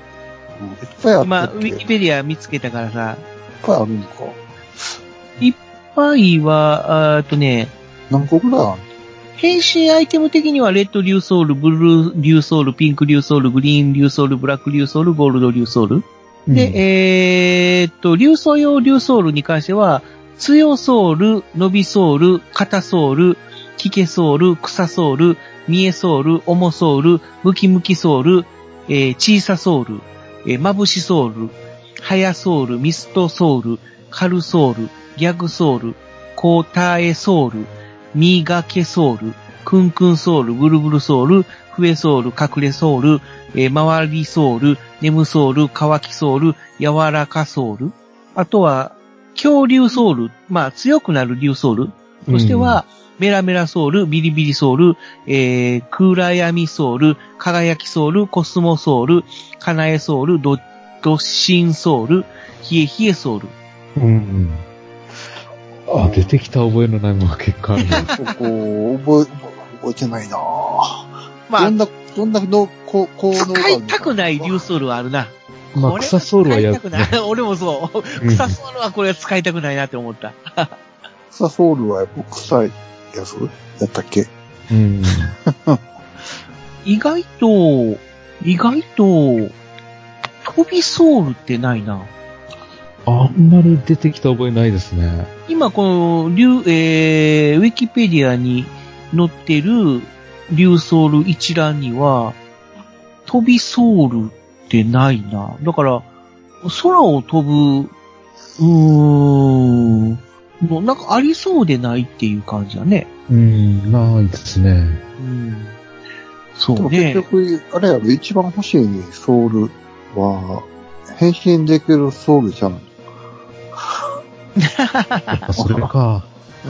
っぱいあった今、 っけ。 ウィキペディア見つけたからさ、 いっぱいあるんか。 いっぱいは、あーっとね、 何個ぐらいある変身アイテム的には、レッドリューソール、ブルーリューソール、ピンクリューソール、グリーンリューソール、ブラックリューソール、ゴールドリューソール。で、 うんえーっと、流装用リューソールに関しては、強ソール、伸びソール、硬ソール、キケソール、草ソール、見えソール、重ソール、ムキムキソール、えー小さソール、えー、まぶしソール、ハヤソール、ミストソール、カルソール、ギャグソール、コータエソール、ミガケソール、クンクンソール、ブルブルソール、フエソール、隠れソール、えー、回りソール、ネムソール、乾きソール、柔らかソール。あとは、恐竜ソール、まあ強くなる竜ソール。そしては、メラメラソール、ビリビリソール、えー、暗闇ソール、輝きソール、コスモソール、カナエソール、ドッ、ドッシンソール、ヒエヒエソール。 うんうん。あ、出てきた覚えのないものが結構あるね。 ここ、覚え、覚えてないなぁ。 まあどん、な、どんなの、こう、効能があるのか使いたくない竜ソールはあるな。 まあ、 これ草ソールはや使いたくない。俺もそう。 うん草ソールはこれは使いたくないなって思った。 草ソウルはやっぱ臭いやつやったっけ。 うん。 意外と、意外と、飛びソールってないな。 あんまり出てきた覚えないですね。 今この、竜、えー、ウィキペディアに載ってる竜ソール一覧には、飛びソールってないな。だから、空を飛ぶ、うーん、のなんかありそうでないっていう感じだね。 うん、ないですね。 うん。そでもうね。 結局、あれやろ、一番欲しいソウルは、変身できるソウルじゃん。 やっぱそれか。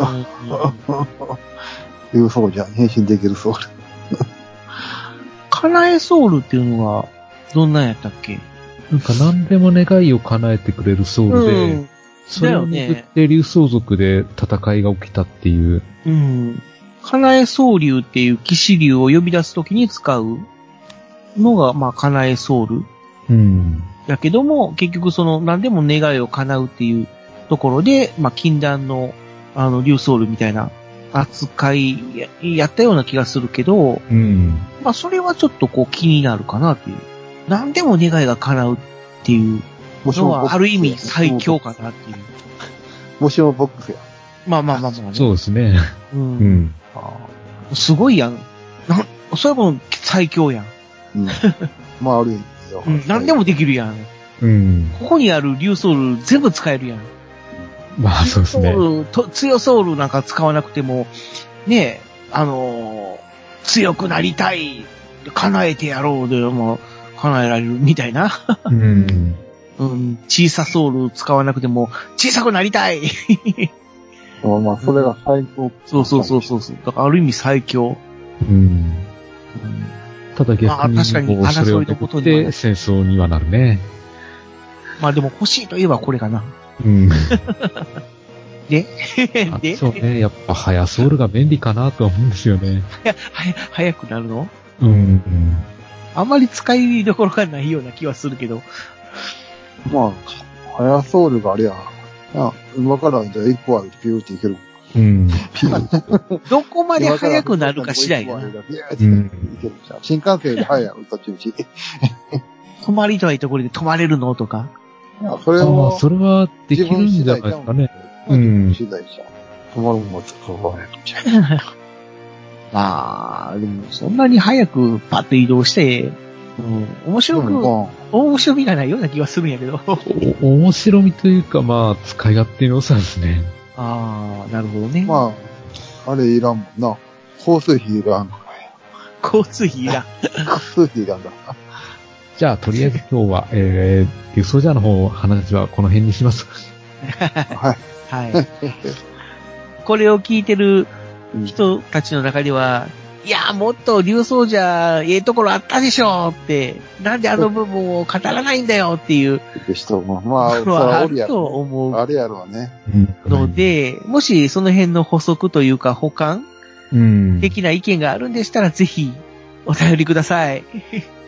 うんいうソウルじゃん。変身できるソウル。 カナエソウルっていうのは、どんなんやったっけ？ なんか何でも願いを叶えてくれるソウルで、 うん。 それを巡って竜相族で戦いが起きたっていう。 うん。カナエソウリュウっていう騎士竜を呼び出すときに使うのが、まあ、カナエソウル。 うん。 やけども、結局その何でも願いを叶うっていうところで、まあ、禁断の、あの、竜ソウルみたいな扱いややったような気がするけど、 うん。 まあ、それはちょっとこう気になるかなっていう。何でも願いが叶うっていうのは、ある意味最強かなっていう。 もしもボックスや。 まあまあまあまあね。 そうですね。 う。 うんん。 すごいやん。な、それも最強やん。 うん。まあ、ある意味よ。 うん。何でもできるやん。 うん。 ここにある竜ソウル全部使えるやん。 まあそうですね。 ソウルと、強ソウルなんか使わなくても、ねえ、あのー強くなりたい、叶えてやろうで、もう、叶えられるみたいな。 うん。 うん。小さソウル使わなくても、小さくなりたい。 まあまあ、それが最高。 そうそうそうそうそう。だからある意味最強。 うん。 うんただ逆まあ確かにに、こう、それを争いのめくっことにはなて戦争にはなるね。 まあでも欲しいといえばこれかな。 うん。 であでそうね。やっぱ、ハヤソウルが便利かなとは思うんですよね。 はや、早くなるのうん。 あんまり使いどころがないような気はするけど。 まあ、ハヤソウルがあれや。あ今からじゃあ一個あるピューっていける。 うん。 どこまで早くなるか次第やな。 ピューっていけるじゃん。新幹線で早いやろ、途中し。 止まりたいところで止まれるのとか。 いや、それあはあ、、それはできるんじゃないですかね。う自分ん。 次第じゃん。止まるもんはちょっとわからない。 まあ、でもそんなに早くパッと移動して、うん、面白く、 でも面白みがないような気がするんやけど。 お面白みというか、まあ、使い勝手の良さですね。 ああ、なるほどね。 まあ、まあ、あれいらんもんな。交通費いらんのか交通費いらん。 い。交通費いらんだ。 じゃあ、とりあえず今日は、えー、輸送車の方、話はこの辺にします。 はい。 はい。これを聞いてる人たちの中では、いやー、もっと竜奏者、ええところあったでしょって、なんであの部分を語らないんだよっていう人も、まあ、そのはあう、おるやるとろ。 思うあれやろうね。 ので、もしその辺の補足というか補完うん。 的な意見があるんでしたら、ぜひお便りください。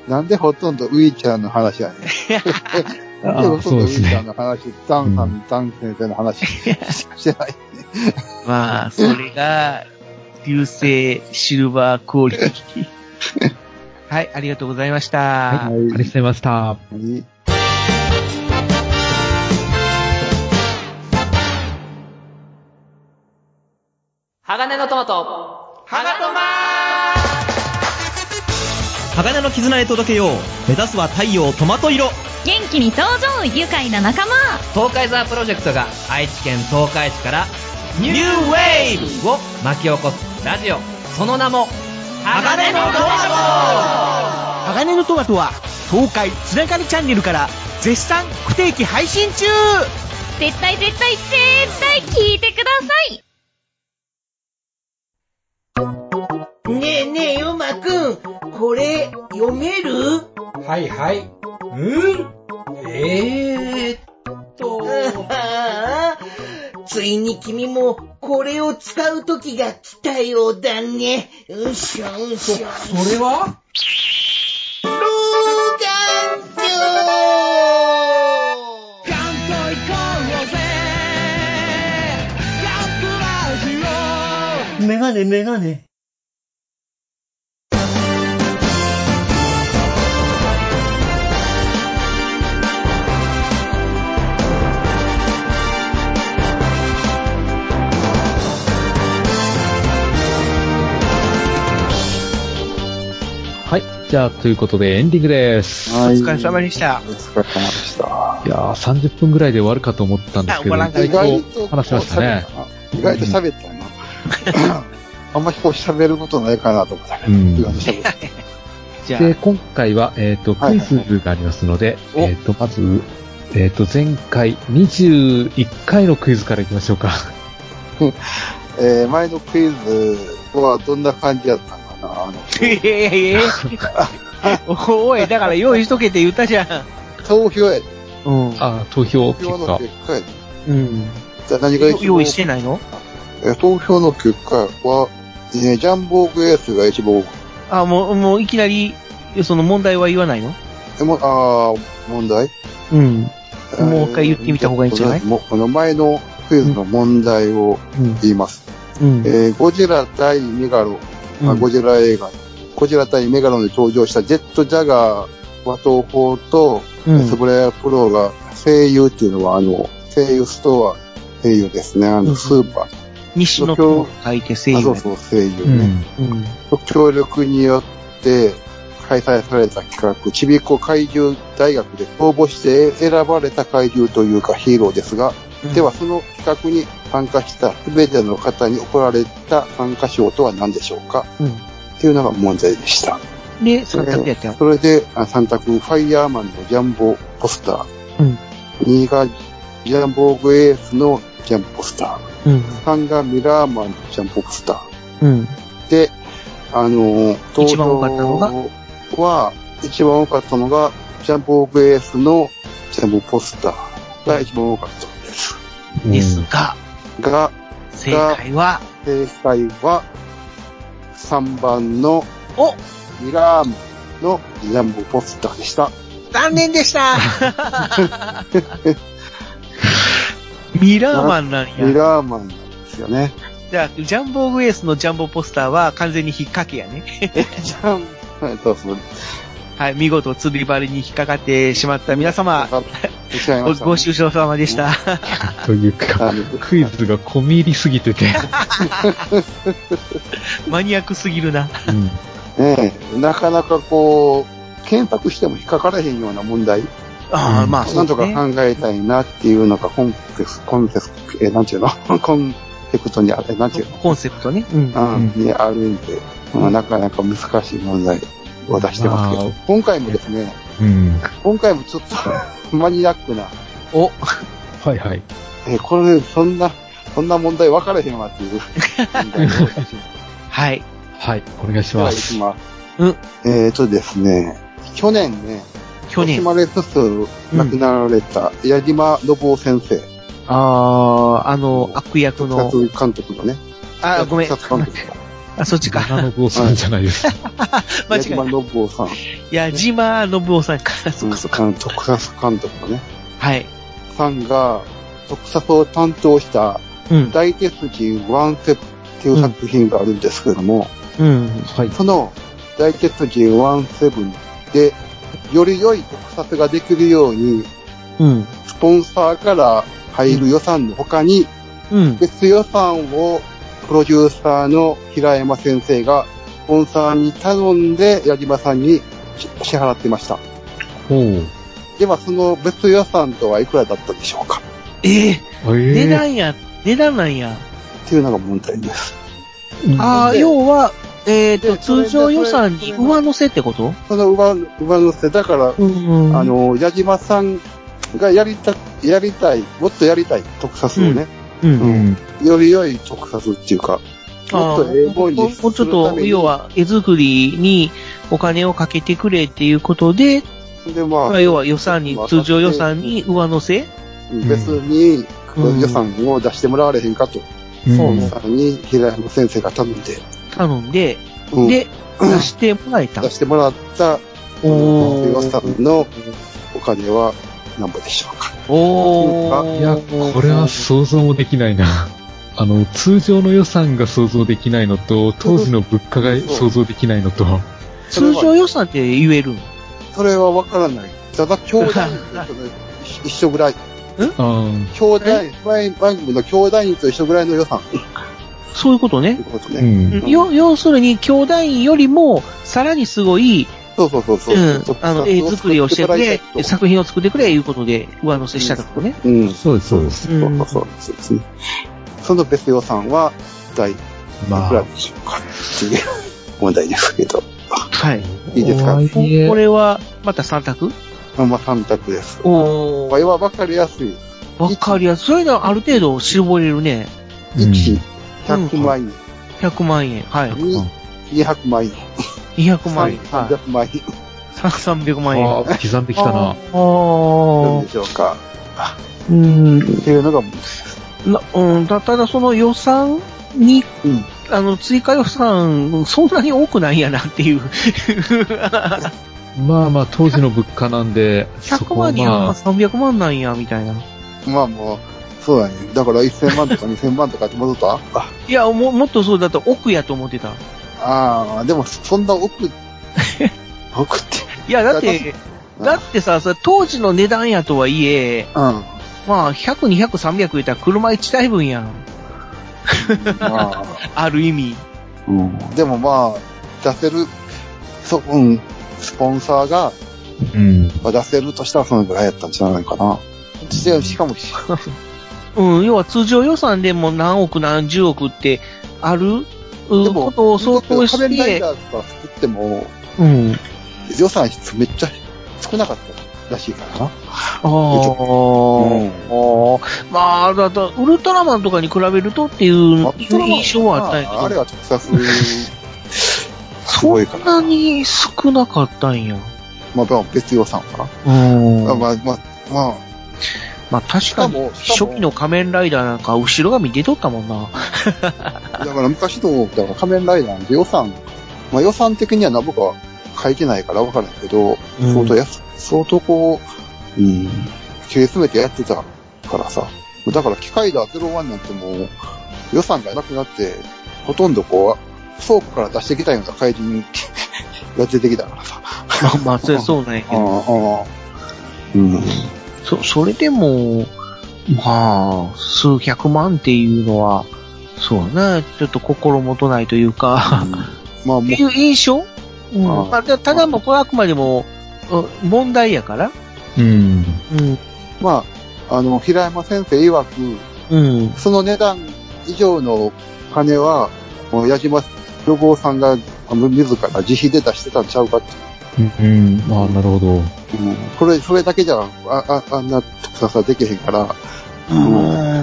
なんでほとんどウィーちゃんの話やねん。なんでほとんどウィーちゃんの話、ダンさん、ダン先生の話してない。 まあ、それが、流星シルバークオリティ。はい、ありがとうございました。 はい、ありがとうございました。 はい鋼のトマト、 ハガトマー鋼の絆へ届けよう。目指すは太陽トマト色。 元気に登場、愉快な仲間。 東海ザープロジェクトが愛知県東海市からニューウェーブを巻き起こすラジオ、その名も鋼のトマト。 鋼のトマトは東海つながりチャンネルから絶賛不定期配信中。 絶対絶対絶対聞いてください。 ねえねえ、ヨマくん、これ、読める？ はいはい。うんえーっと。 ついに君も、これを使う時が来たようだね。うしょうしょ。 そ、それは？ 老眼鏡！ ガンと行こうぜ。ガンプラジオ。 メガネメガネ。 はい。じゃあ、ということでエンディングです。 お疲れ様でした。 お疲れ様でした。 いやー、さんじゅっぷんぐらいで終わるかと思ったんですけど、 あ意外と話しましたね。 意外と喋ったな。あんまりこう喋ることないかなと思ったけど、 うん、 意外と喋った。 じゃあで、今回は、えっ、ー、と、クイズがありますので、 はいはいはい、 えっ、ー、と、まず、えっ、ー、と、前回にじゅういっかいのクイズからいきましょうか。 えー、前のクイズはどんな感じだったのかなあのいやいやいやおい、だから用意しとけって言ったじゃん。 投票や。 うん。 あ、投票結果。 投票の結果や。 うん。 じゃあ何が一番用意してないの？ え投票の結果は、ね、ジャンボーグエースが一番多く。 あ、もう、もういきなり、その問題は言わないの？ え、も、あ問題うん。もう一回言ってみた方がいいんじゃない？ もうこの前のクイズの問題を言います。うんうん、えー、ゴジラ対メガロ、うん、あゴジラ映画、ゴジラ対メガロに登場したジェットジャガーは東宝と、うん、スブレアプロが声優っていうのはあの、声優ストア声優ですね、あの、スーパー。 西野と書いて声優。 そうそう、声優ね。うん、協力によって開催された企画、ちびっこ怪獣大学で応募して選ばれた怪獣というかヒーローですが、うん、ではその企画に参加した全ての方に贈られた参加賞とは何でしょうか、うん、っていうのが問題でした。 で、さん択やったよ。 それでさん択、ファイヤーマンのジャンボポスター。うん、にがジャンボーグエースのジャンボポスター。うん、さんがミラーマンのジャンボポスター。うん、で、あの、 一番多かったのがは、一番多かったのが、ジャンボーグエースのジャンボポスターが一番多かったんです。 ですが、 が、 正解は、 正解は、さんばんの、 おミラーマンのジャンボポスターでした。 残念でしたミラーマンなんや。 ミラーマンなんですよね。 じゃあ、ジャンボーグエースのジャンボポスターは完全に引っ掛けやね。 ジャンそうそう。 はい、見事釣り針に引っかかってしまった皆様、ご愁傷様でした。 というか、クイズが込み入りすぎてて。 マニアックすぎるな。 うん、ねえ、なかなかこう、検索しても引っかからへんような問題。 ああ、まあ、 なんとか考えたいなっていうのがコンセプト、コンセプト、え、なんていうのコンセプトにある、なんていうのコンセプトね。 うん。うん、にあるんで、まあ、なかなか難しい問題を出してますけど、今回もですね、うん、今回もちょっとマニアックな。 おはいはい。 え、これ、そんな、そんな問題分からへんわっていう問題を出します。 はい。 はい、お願いします。 では行きます。うん。えーとですね、去年ね、 去年。 惜しまれつつ亡くなられた矢島信夫先生。 ああ、あの、悪役の。 特撮監督のね。 あ、ごめん。 あ、そっちか。 矢島信夫さんじゃないです。 間違えた。 矢島信夫さん。 矢島信夫さんか。そっかそっか。 特撮監督のね。 はい。 さんが、特撮を担当した、大鉄人じゅうななっていう作品があるんですけれども、 うん。 はい。その、大鉄人じゅうななで、より良い特撮ができるように、 うん。 スポンサーから入る予算の他に、うん。別予算をプロデューサーの平山先生が、スポンサーに頼んで矢島さんに支払ってました。 ほう。 では、その別予算とはいくらだったでしょうか？ ええー、値段や、値段なんや。 っていうのが問題です。 ああ、要は、えっ、ー、と、通常予算に上乗せってこと？ その上、上乗せ。だから、うんうん、あの、矢島さんがやりた、やりたい、もっとやりたい特撮をね、うんうんうん、より良い特撮っていうか、もっと英語にするためにもうちょっと、 要は、絵作りにお金をかけてくれっていうことで、で、まあ、要は予算に、通常予算に上乗せ、 うん、別に予算を出してもらわれへんかと。うん、そうね。に平山先生が頼んで。 頼んで、うん、で、出してもらえた。 出してもらった、お予算のお金は何ぼでしょうか。 おー。いや、これは想像もできないな。あの、通常の予算が想像できないのと、当時の物価が想像できないのと。 通常予算って言えるの？ それはわからない。ただ、兄弟一緒ぐらい。ん？兄弟、番組の兄弟と一緒ぐらいの予算。 そういうことね。 そういうことね。 うん、要要するに、兄弟よりも、さらにすごい、 そうそうそうそう。 うん。あの、絵作りをしてくれ、作品を作ってくれ、いうことで、上乗せしたってことね。 うん。そうです、そうです。そうそうそうですね。その別予算は、一体、いくらでしょうかっていう問題ですけど。 はい。 いいですか？ これは、またさん択？ まあ、さん択です。おー。これはわかりやすい。 わかりやすい。それである程度絞れるね。 いち、ひゃくまんえん。 ひゃくまんえん。はい。 に、にひゃくまんえん。 にひゃくまんえん。 さんびゃくまんえん。 さんびゃくまん円。 ああ、刻んできたな。ああ。 どうでしょうか。 うん。 っていうのが、 な、うん、ただその予算に、うん、あの、追加予算、そんなに多くないやなっていう。 まあまあ、当時の物価なんで、 ひゃくまんにさんびゃくまんなんや、みたいな。 まあもう、そうだね。だからせんまんとかにせんまんとかって戻ったいや、も、もっとそうだと億やと思ってた。 ああ、でもそんな億、億って。 いや、だって、だってさ、それ当時の値段やとはいえ、うん。まあ、ひゃく、にひゃく、さんびゃく言ったら車いちだいぶんやん。まあ、ある意味。 うん。でもまあ、出せる、そ、うん、スポンサーが、うん。出せるとしたらそのぐらいやったんじゃないかな。しかも、 うん、要は通常予算でも何億何十億ってあることを想定して。 仮面ライダーとか作っても、うん。予算めっちゃ少なかったらしいからな。ああ、 うん、まあ、だと、ウルトラマンとかに比べるとっていう印象はあったんやけど。 あれは特撮、すごいかな。そんなに少なかったんや。 まあ、別予算かな。うん。まあ、まあ、まあ、まあ、 まあ確かに、初期の仮面ライダーなんか後ろ髪出とったもんな。 だから昔の、だから仮面ライダーの予算、まあ予算的には何ぼか書いてないから分からないけど、うん、相当や、相当こう、うん、切り詰めてやってたからさ。だから機械ダーゼロワンなんてもう予算がなくなって、ほとんどこう、倉庫から出してきたような帰りにやってきたからさ。 まあまあ、それそうなんやけど。ああ、うん。そ、それでも、まあ、数百万っていうのは、そうね、ちょっと心もとないというか、うん、まあ、っていう印象、うん、あまあ、ただもうこれはあくまでも、問題やから。 うん。うん。まあ、あの、平山先生曰く、うん。その値段以上の金は、もう矢島旅行さんが自ら自費で出してたんちゃうかって。 うん、うん、ああ、なるほど。うん、 これ、それだけじゃ、あ、あ、あんな特撮はできへんから、うん、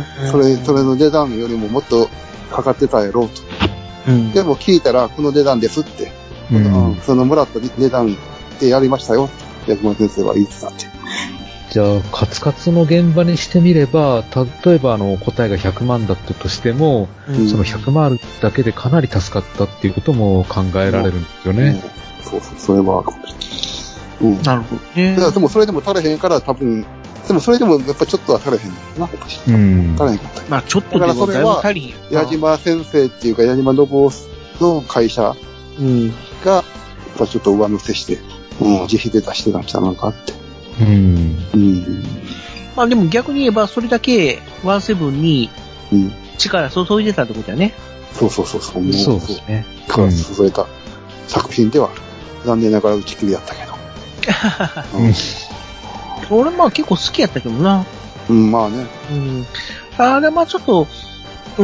それ、それの値段よりももっとかかってたやろうと。うん、でも聞いたら、この値段ですって。うん、そのもらった値段でやりましたよ。矢島先生は言ってたって。 じゃあ、カツカツの現場にしてみれば、例えばあの、答えがひゃくまんだったとしても、うん、そのひゃくまんだけでかなり助かったっていうことも考えられるんですよね。 うんうん、そうそう、それは。 うん、なるほどね。 でもそれでも足れへんから多分、でもそれでもやっぱちょっとは足れへんな、私。うん。足れへんかった。 まあちょっとでもだいぶ足りへん。 矢島先生っていうか、矢島信夫の会社が、うん、やっぱちょっと上乗せして、うん、自費で出してたんちゃうのかって。うん。 うん。まあでも逆に言えば、それだけワンセブンに力注いでたってことだね。 うん、そうそうそうそう。 そうですね。 力注いだ作品では、残念ながら打ち切りやったけど。 うん、俺まあ結構好きやったけどな。 うん、まあね。 うん。あれまあちょっと、うん、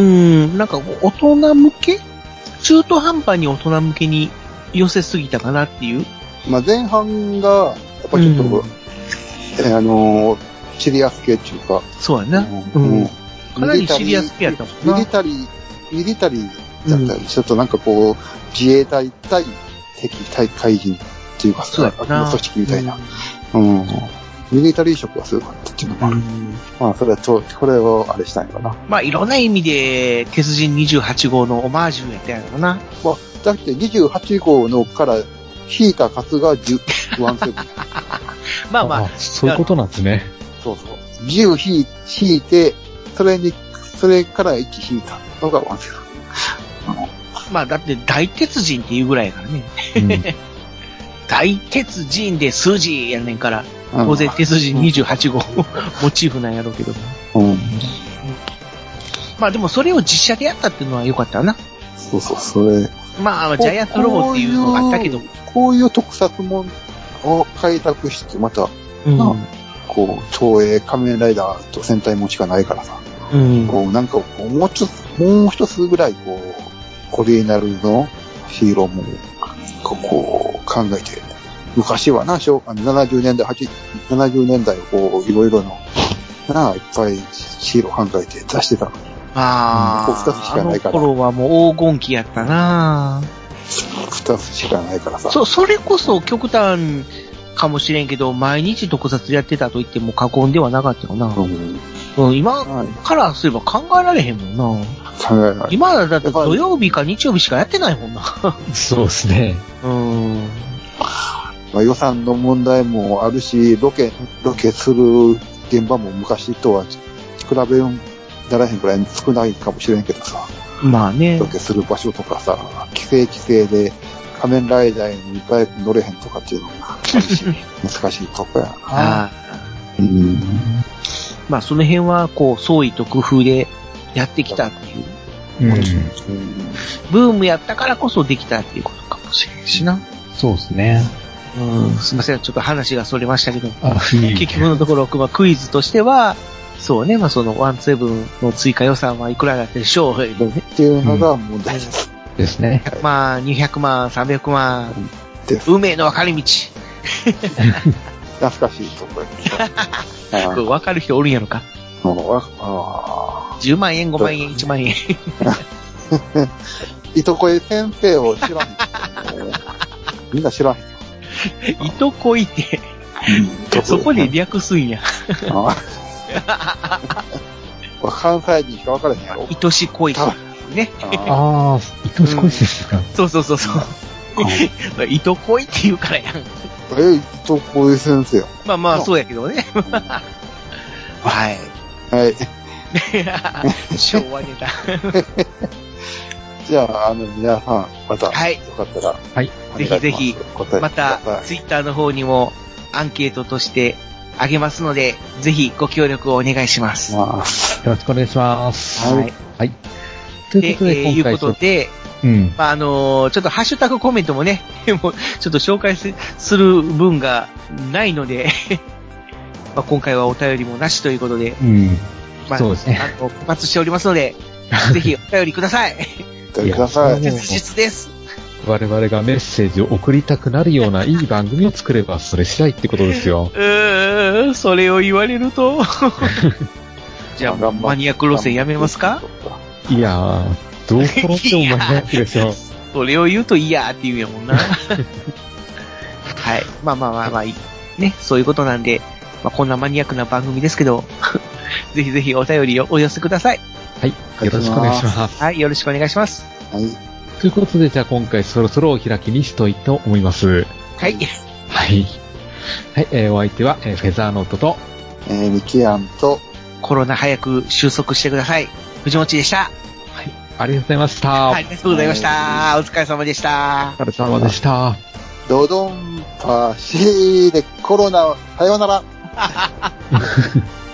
なんか大人向け中途半端に大人向けに寄せすぎたかなっていう。 まあ前半が、やっぱちょっと、うん、えー、あのー、シリアス系っていうか。 そうやな。うん。うん、かなりシリアス系やったもんな。 ミリタリー、ミリタリーだったり、うん、ちょっとなんかこう、自衛隊対敵対怪人っていうか、 そうやな。 組織みたいな。うん。うん、ミリタリー色がすごかったっていうのが、うん、まあそれはと、これをあれしたんやかな。 まあいろんな意味で、鉄人にじゅうはち号のオマージュやったんやろな。 まあ、だってにじゅうはち号のから、引いた数がじゅう、ワンセブン。 まあまあ、あ。 そういうことなんですね。 そうそう。じゅう引い、引いて、それに、それからいち引いたのがワンセブン。 まあだって大鉄人っていうぐらいやからね。うん、大鉄人で数字やねんから、当然鉄人にじゅうはち号モチーフなんやろうけども。うん、まあでもそれを実写でやったっていうのは良かったな。 そうそう、それ。 まあ、ジャイアントロボっていうのがあったけど。 こういう特撮もを開拓して、また、うん、こう、東映仮面ライダーと戦隊もしかないからさ。うん、こうなんか、もうちょっと、もう一つぐらい、こう、オリジナルのヒーローも、こう、考えて、昔はな、ななじゅうねんだい、ななじゅうねんだいをこう、いろいろの、なあ、いっぱいヒーロー考えて出してたのに。 ああ、 二つしかないから。 あの頃はもう黄金期やったな二つしかないからさ。 そ、それこそ極端かもしれんけど、毎日特撮やってたと言っても過言ではなかったよな。うんうん、今からすれば考えられへんもんな。 考えられない。 今だって土曜日か日曜日しかやってないもんな。 そうですね。 うん。 まあ、予算の問題もあるし、ロケ、ロケする現場も昔とは比べならへんくらい少ないかもしれんけどさ。 まあね。 ロケする場所とかさ、規制規制で仮面ライダーにバイク乗れへんとかっていうのがあるし、難しいとこやな。ああ。うん。 まあその辺はこう創意と工夫でやってきたっていう、うんうん、ブームやったからこそできたっていうことかもしれんしな。 そうですね。 うん、すみません、ちょっと話がそれましたけど、結局のところ、まあ、クイズとしては、そうね、まあそのワンセブンの追加予算はいくらだったでしょう、ね、 っていうのが問題です。 うん、ですね。 ひゃくまん、にひゃくまん、さんびゃくまん、運命の分かれ道。 懐かしいところこれ分かる人おるんやろか。 あじゅうまんえん、ごまんえん、いちまんえん。 糸恋先生を知らん。みんな知らん。 糸恋って、うん、そこで略すんや。 関西人しか分からへんやろ。 愛し恋とね。 ああ、愛し恋ですか、うん。 そうそうそうそう。糸恋って言うからやん。 え、糸恋先生や。 まあまあ、そうやけどね。はい。 はい。 昭和ネタ。 じゃあ、あの、皆さん、また、はい、よかったら、 はい。 ぜひぜひ、また、ツイッターの方にも、アンケートとしてあげますので、ぜひご協力をお願いします。 よろしくお願いします。 はい。 はい。ということで、 えー、いうことで、うん。まあ、あのー、ちょっとハッシュタグコメントもね、もう、ちょっと紹介する分がないので、まあ、今回はお便りもなしということで、 うん。 まあ、 そうですね。 あの、枯渇しておりますので、ぜひお便りください。 お便りください。 切実です。 我々がメッセージを送りたくなるようないい番組を作れば、それ次第ってことですよ。 うーん、それを言われると。じゃあ、マニアック路線やめますか？ いやー、どう転んでもマニアックでしょ。 それを言うといやーって言うんやもんな。はい。まあまあまあまあ、ね、そういうことなんで、 まあ、こんなマニアックな番組ですけど、ぜひぜひお便りをお寄せください。 はい。よろしくお願いします。 はい、よろしくお願いします。 はい。 ということで、じゃあ今回そろそろお開きにしといと思います。 はい。 はい。はい、えー、お相手は、えー、フェザーノートと、 えー、ミキアンと、 コロナ早く収束してください。藤持でした。はい。 ありがとうございました。 ありがとうございました。はい、お疲れ様でした。 お疲れ様でした。 ドドンパシーでコロナ、さようなら。